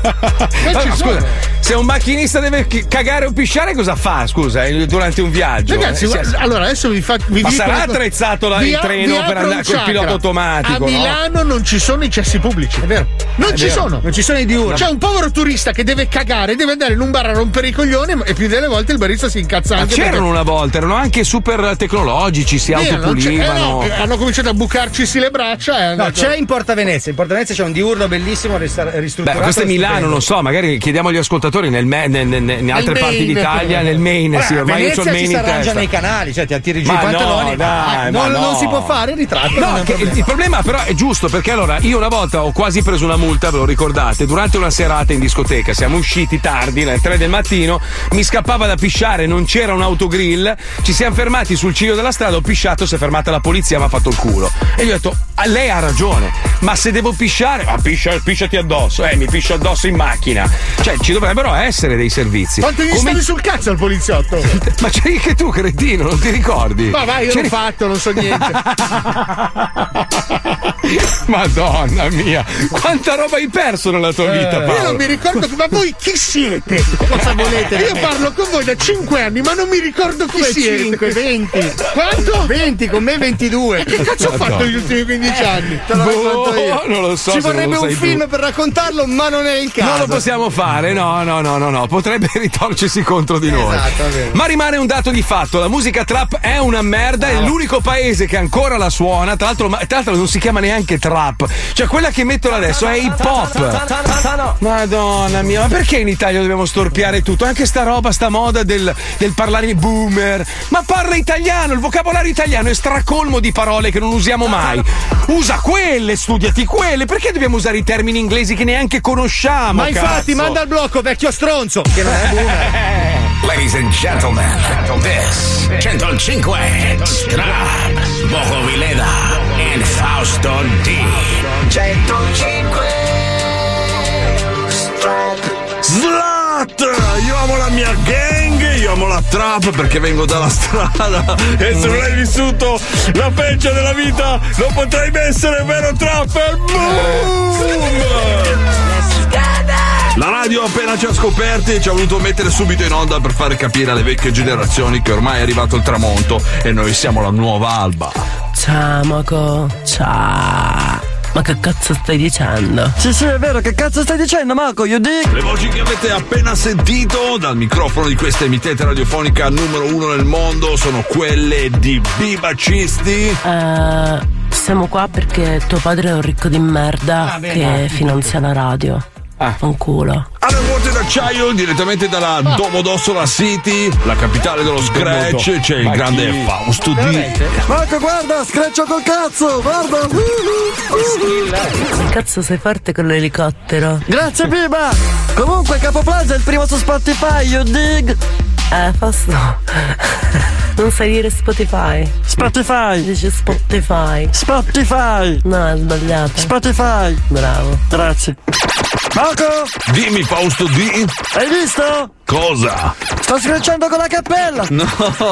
Allora, scusa, se un macchinista deve cagare o pisciare, cosa fa? Scusa, durante un viaggio? Ragazzi, allora adesso vi ma sarà attrezzato il treno per andare col pilota automatico? A Milano non ci sono i cessi pubblici. È vero. Non ci sono i diurni. C'è un povero turista che deve cagare, deve andare in un bar a rompere i coglioni, e più delle volte il barista si incazza anche. Ma c'erano una volta, erano anche super tecnologici, si autopulivano. Hanno cominciato a bucarcisi le braccia. C'è in Porta Venezia. In Porta Venezia c'è un diurno bellissimo ristrutturato. Questo è Milano, non so, magari chiediamo agli ascoltatori in altre parti d'Italia, nel Maine. Sì, ormai io c'ho il Maine in testa. Si arrangiano i canali, cioè ti attiri giù i pantaloni. Non si può fare il ritratto. No, il problema però è giusto, perché allora io una volta ho quasi preso una multa, ve lo ricordate? Durante una serata in discoteca, siamo usciti tardi, alle 3 del mattino, mi scappava da pisciare, non c'era un autogrill, ci siamo fermati sul ciglio della strada, ho pisciato, si è fermata la polizia, mi ha fatto il culo. E gli ho detto, lei ha ragione, ma se devo pisciare, pisciati addosso, mi piscio addosso in macchina. Cioè, ci dovrebbero essere dei servizi. Quanto gli stavi sul cazzo al poliziotto? Ma c'eri anche tu, cretino, non ti ricordi? Ma vai, io l'ho fatto, non so niente. Madonna mia, quanta roba hai perso nella tua vita, Paolo? Io non mi ricordo, ma voi chi siete? Cosa volete? Io parlo con voi da 5 anni, ma non mi ricordo chi siete. 5, 20. Quanto? 20, con me 22. E che cazzo ho fatto negli ultimi 15 anni? Te lo racconto io. Non lo so. Ci vorrebbe un film per raccontarlo, ma non è il caso. Non lo possiamo fare, no. Potrebbe ritorcersi contro di noi. Esatto, ma rimane un dato di fatto: la musica trap è una merda, è l'unico paese che ancora la suona. Tra l'altro non si chiama neanche trap, cioè quella che mettono adesso è hip hop. Madonna mia, ma perché in Italia dobbiamo storpiare tutto? Anche sta roba, sta moda del parlare boomer. Ma parla italiano, il vocabolario italiano è stracolmo di parole che non usiamo mai. Usa quelle, studiati quelle. Perché dobbiamo usare i termini inglesi che neanche conosciamo? Ma infatti, manda il blocco, vecchio stronzo, che non è boomer. Ladies and gentlemen, this 105 Strap, Boco Vileda and Fausto D. 105 Strap. Slat! Io amo la mia gang, io amo la trap perché vengo dalla strada e se non hai vissuto la peggio della vita non potrai mai essere vero trapper. Boom! La radio appena ci ha scoperti e ci ha voluto mettere subito in onda per fare capire alle vecchie generazioni che ormai è arrivato il tramonto e noi siamo la nuova alba. Ciao Moco, ciao. Ma che cazzo stai dicendo? Sì, è vero, che cazzo stai dicendo, Marco? Io dico. Le voci che avete appena sentito dal microfono di questa emittente radiofonica numero 1 nel mondo sono quelle di Biba Cisti. Siamo qua perché tuo padre è un ricco di merda che finanzia la radio. Fanculo. Alle ruote d'acciaio, direttamente dalla Domodossola City, la capitale dello scratch, c'è il grande Fausto D. Marco, guarda, screccio col cazzo, guarda. Cazzo, sei forte con l'elicottero. Grazie, Biba. Comunque, Capo Plaza è il primo su Spotify, you dig? Fausto. Non sai dire Spotify. Spotify. Dice Spotify. Spotify. No, è sbagliato. Spotify. Bravo. Grazie. Marco! Dimmi, Fausto D. Hai visto? Cosa? Sto screcciando con la cappella! No!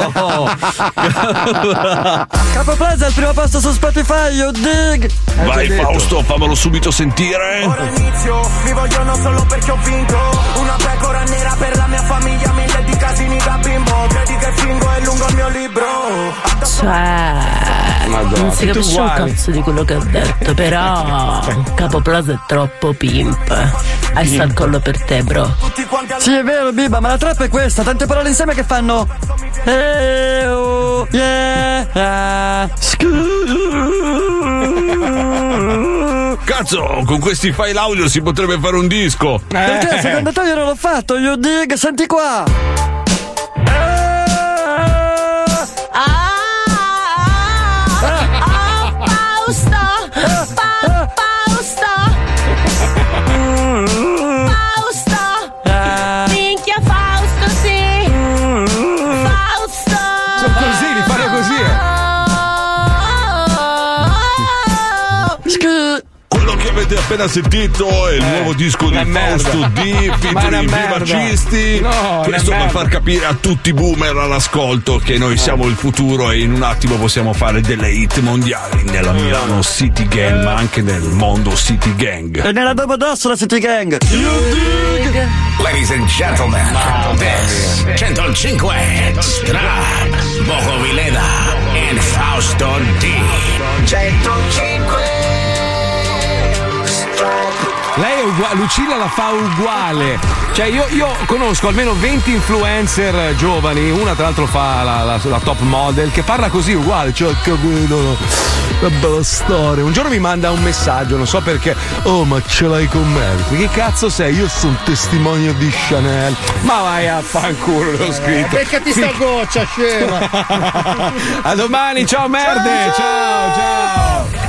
Capo Plaza è il primo posto su Spotify, you dig! Vai Fausto, fammelo subito sentire! Ora inizio, mi vogliono solo perché ho vinto. Una pecora nera per la mia famiglia, 1000 di casini da bimbo. Credi che fingo è lungo il mio libro. Madonna, non si capisce un cazzo di quello che ho detto, però Capo Plaza è troppo pimp. Hai sta il collo per te, bro. Sì, è vero, Biba, ma la trappa è questa, tante parole insieme che fanno Cazzo, con questi file audio si potrebbe fare un disco. Perché secondo te io non l'ho fatto, you dig? Senti qua. Avete appena sentito il nuovo disco di Fausto D featuring Viva Cisti. Questo per far capire a tutti i boomer all'ascolto che noi siamo il futuro e in un attimo possiamo fare delle hit mondiali nella Milano City Gang, ma anche nel mondo City Gang. E nella Domodossola City Gang. Ladies and gentlemen, this 105 Strap, Moco Vileda and Fausto D. 105. Lei è uguale, Lucilla la fa uguale. Cioè io conosco almeno 20 influencer giovani, una tra l'altro fa la top model, che parla così uguale, cioè capito, una bella storia. Un giorno mi manda un messaggio, non so perché, oh ma ce l'hai con me? Che cazzo sei? Io sono un testimonio di Chanel. Ma vai a fanculo, l'ho scritto. Beccati sta goccia, scema. A domani, ciao merde, ciao.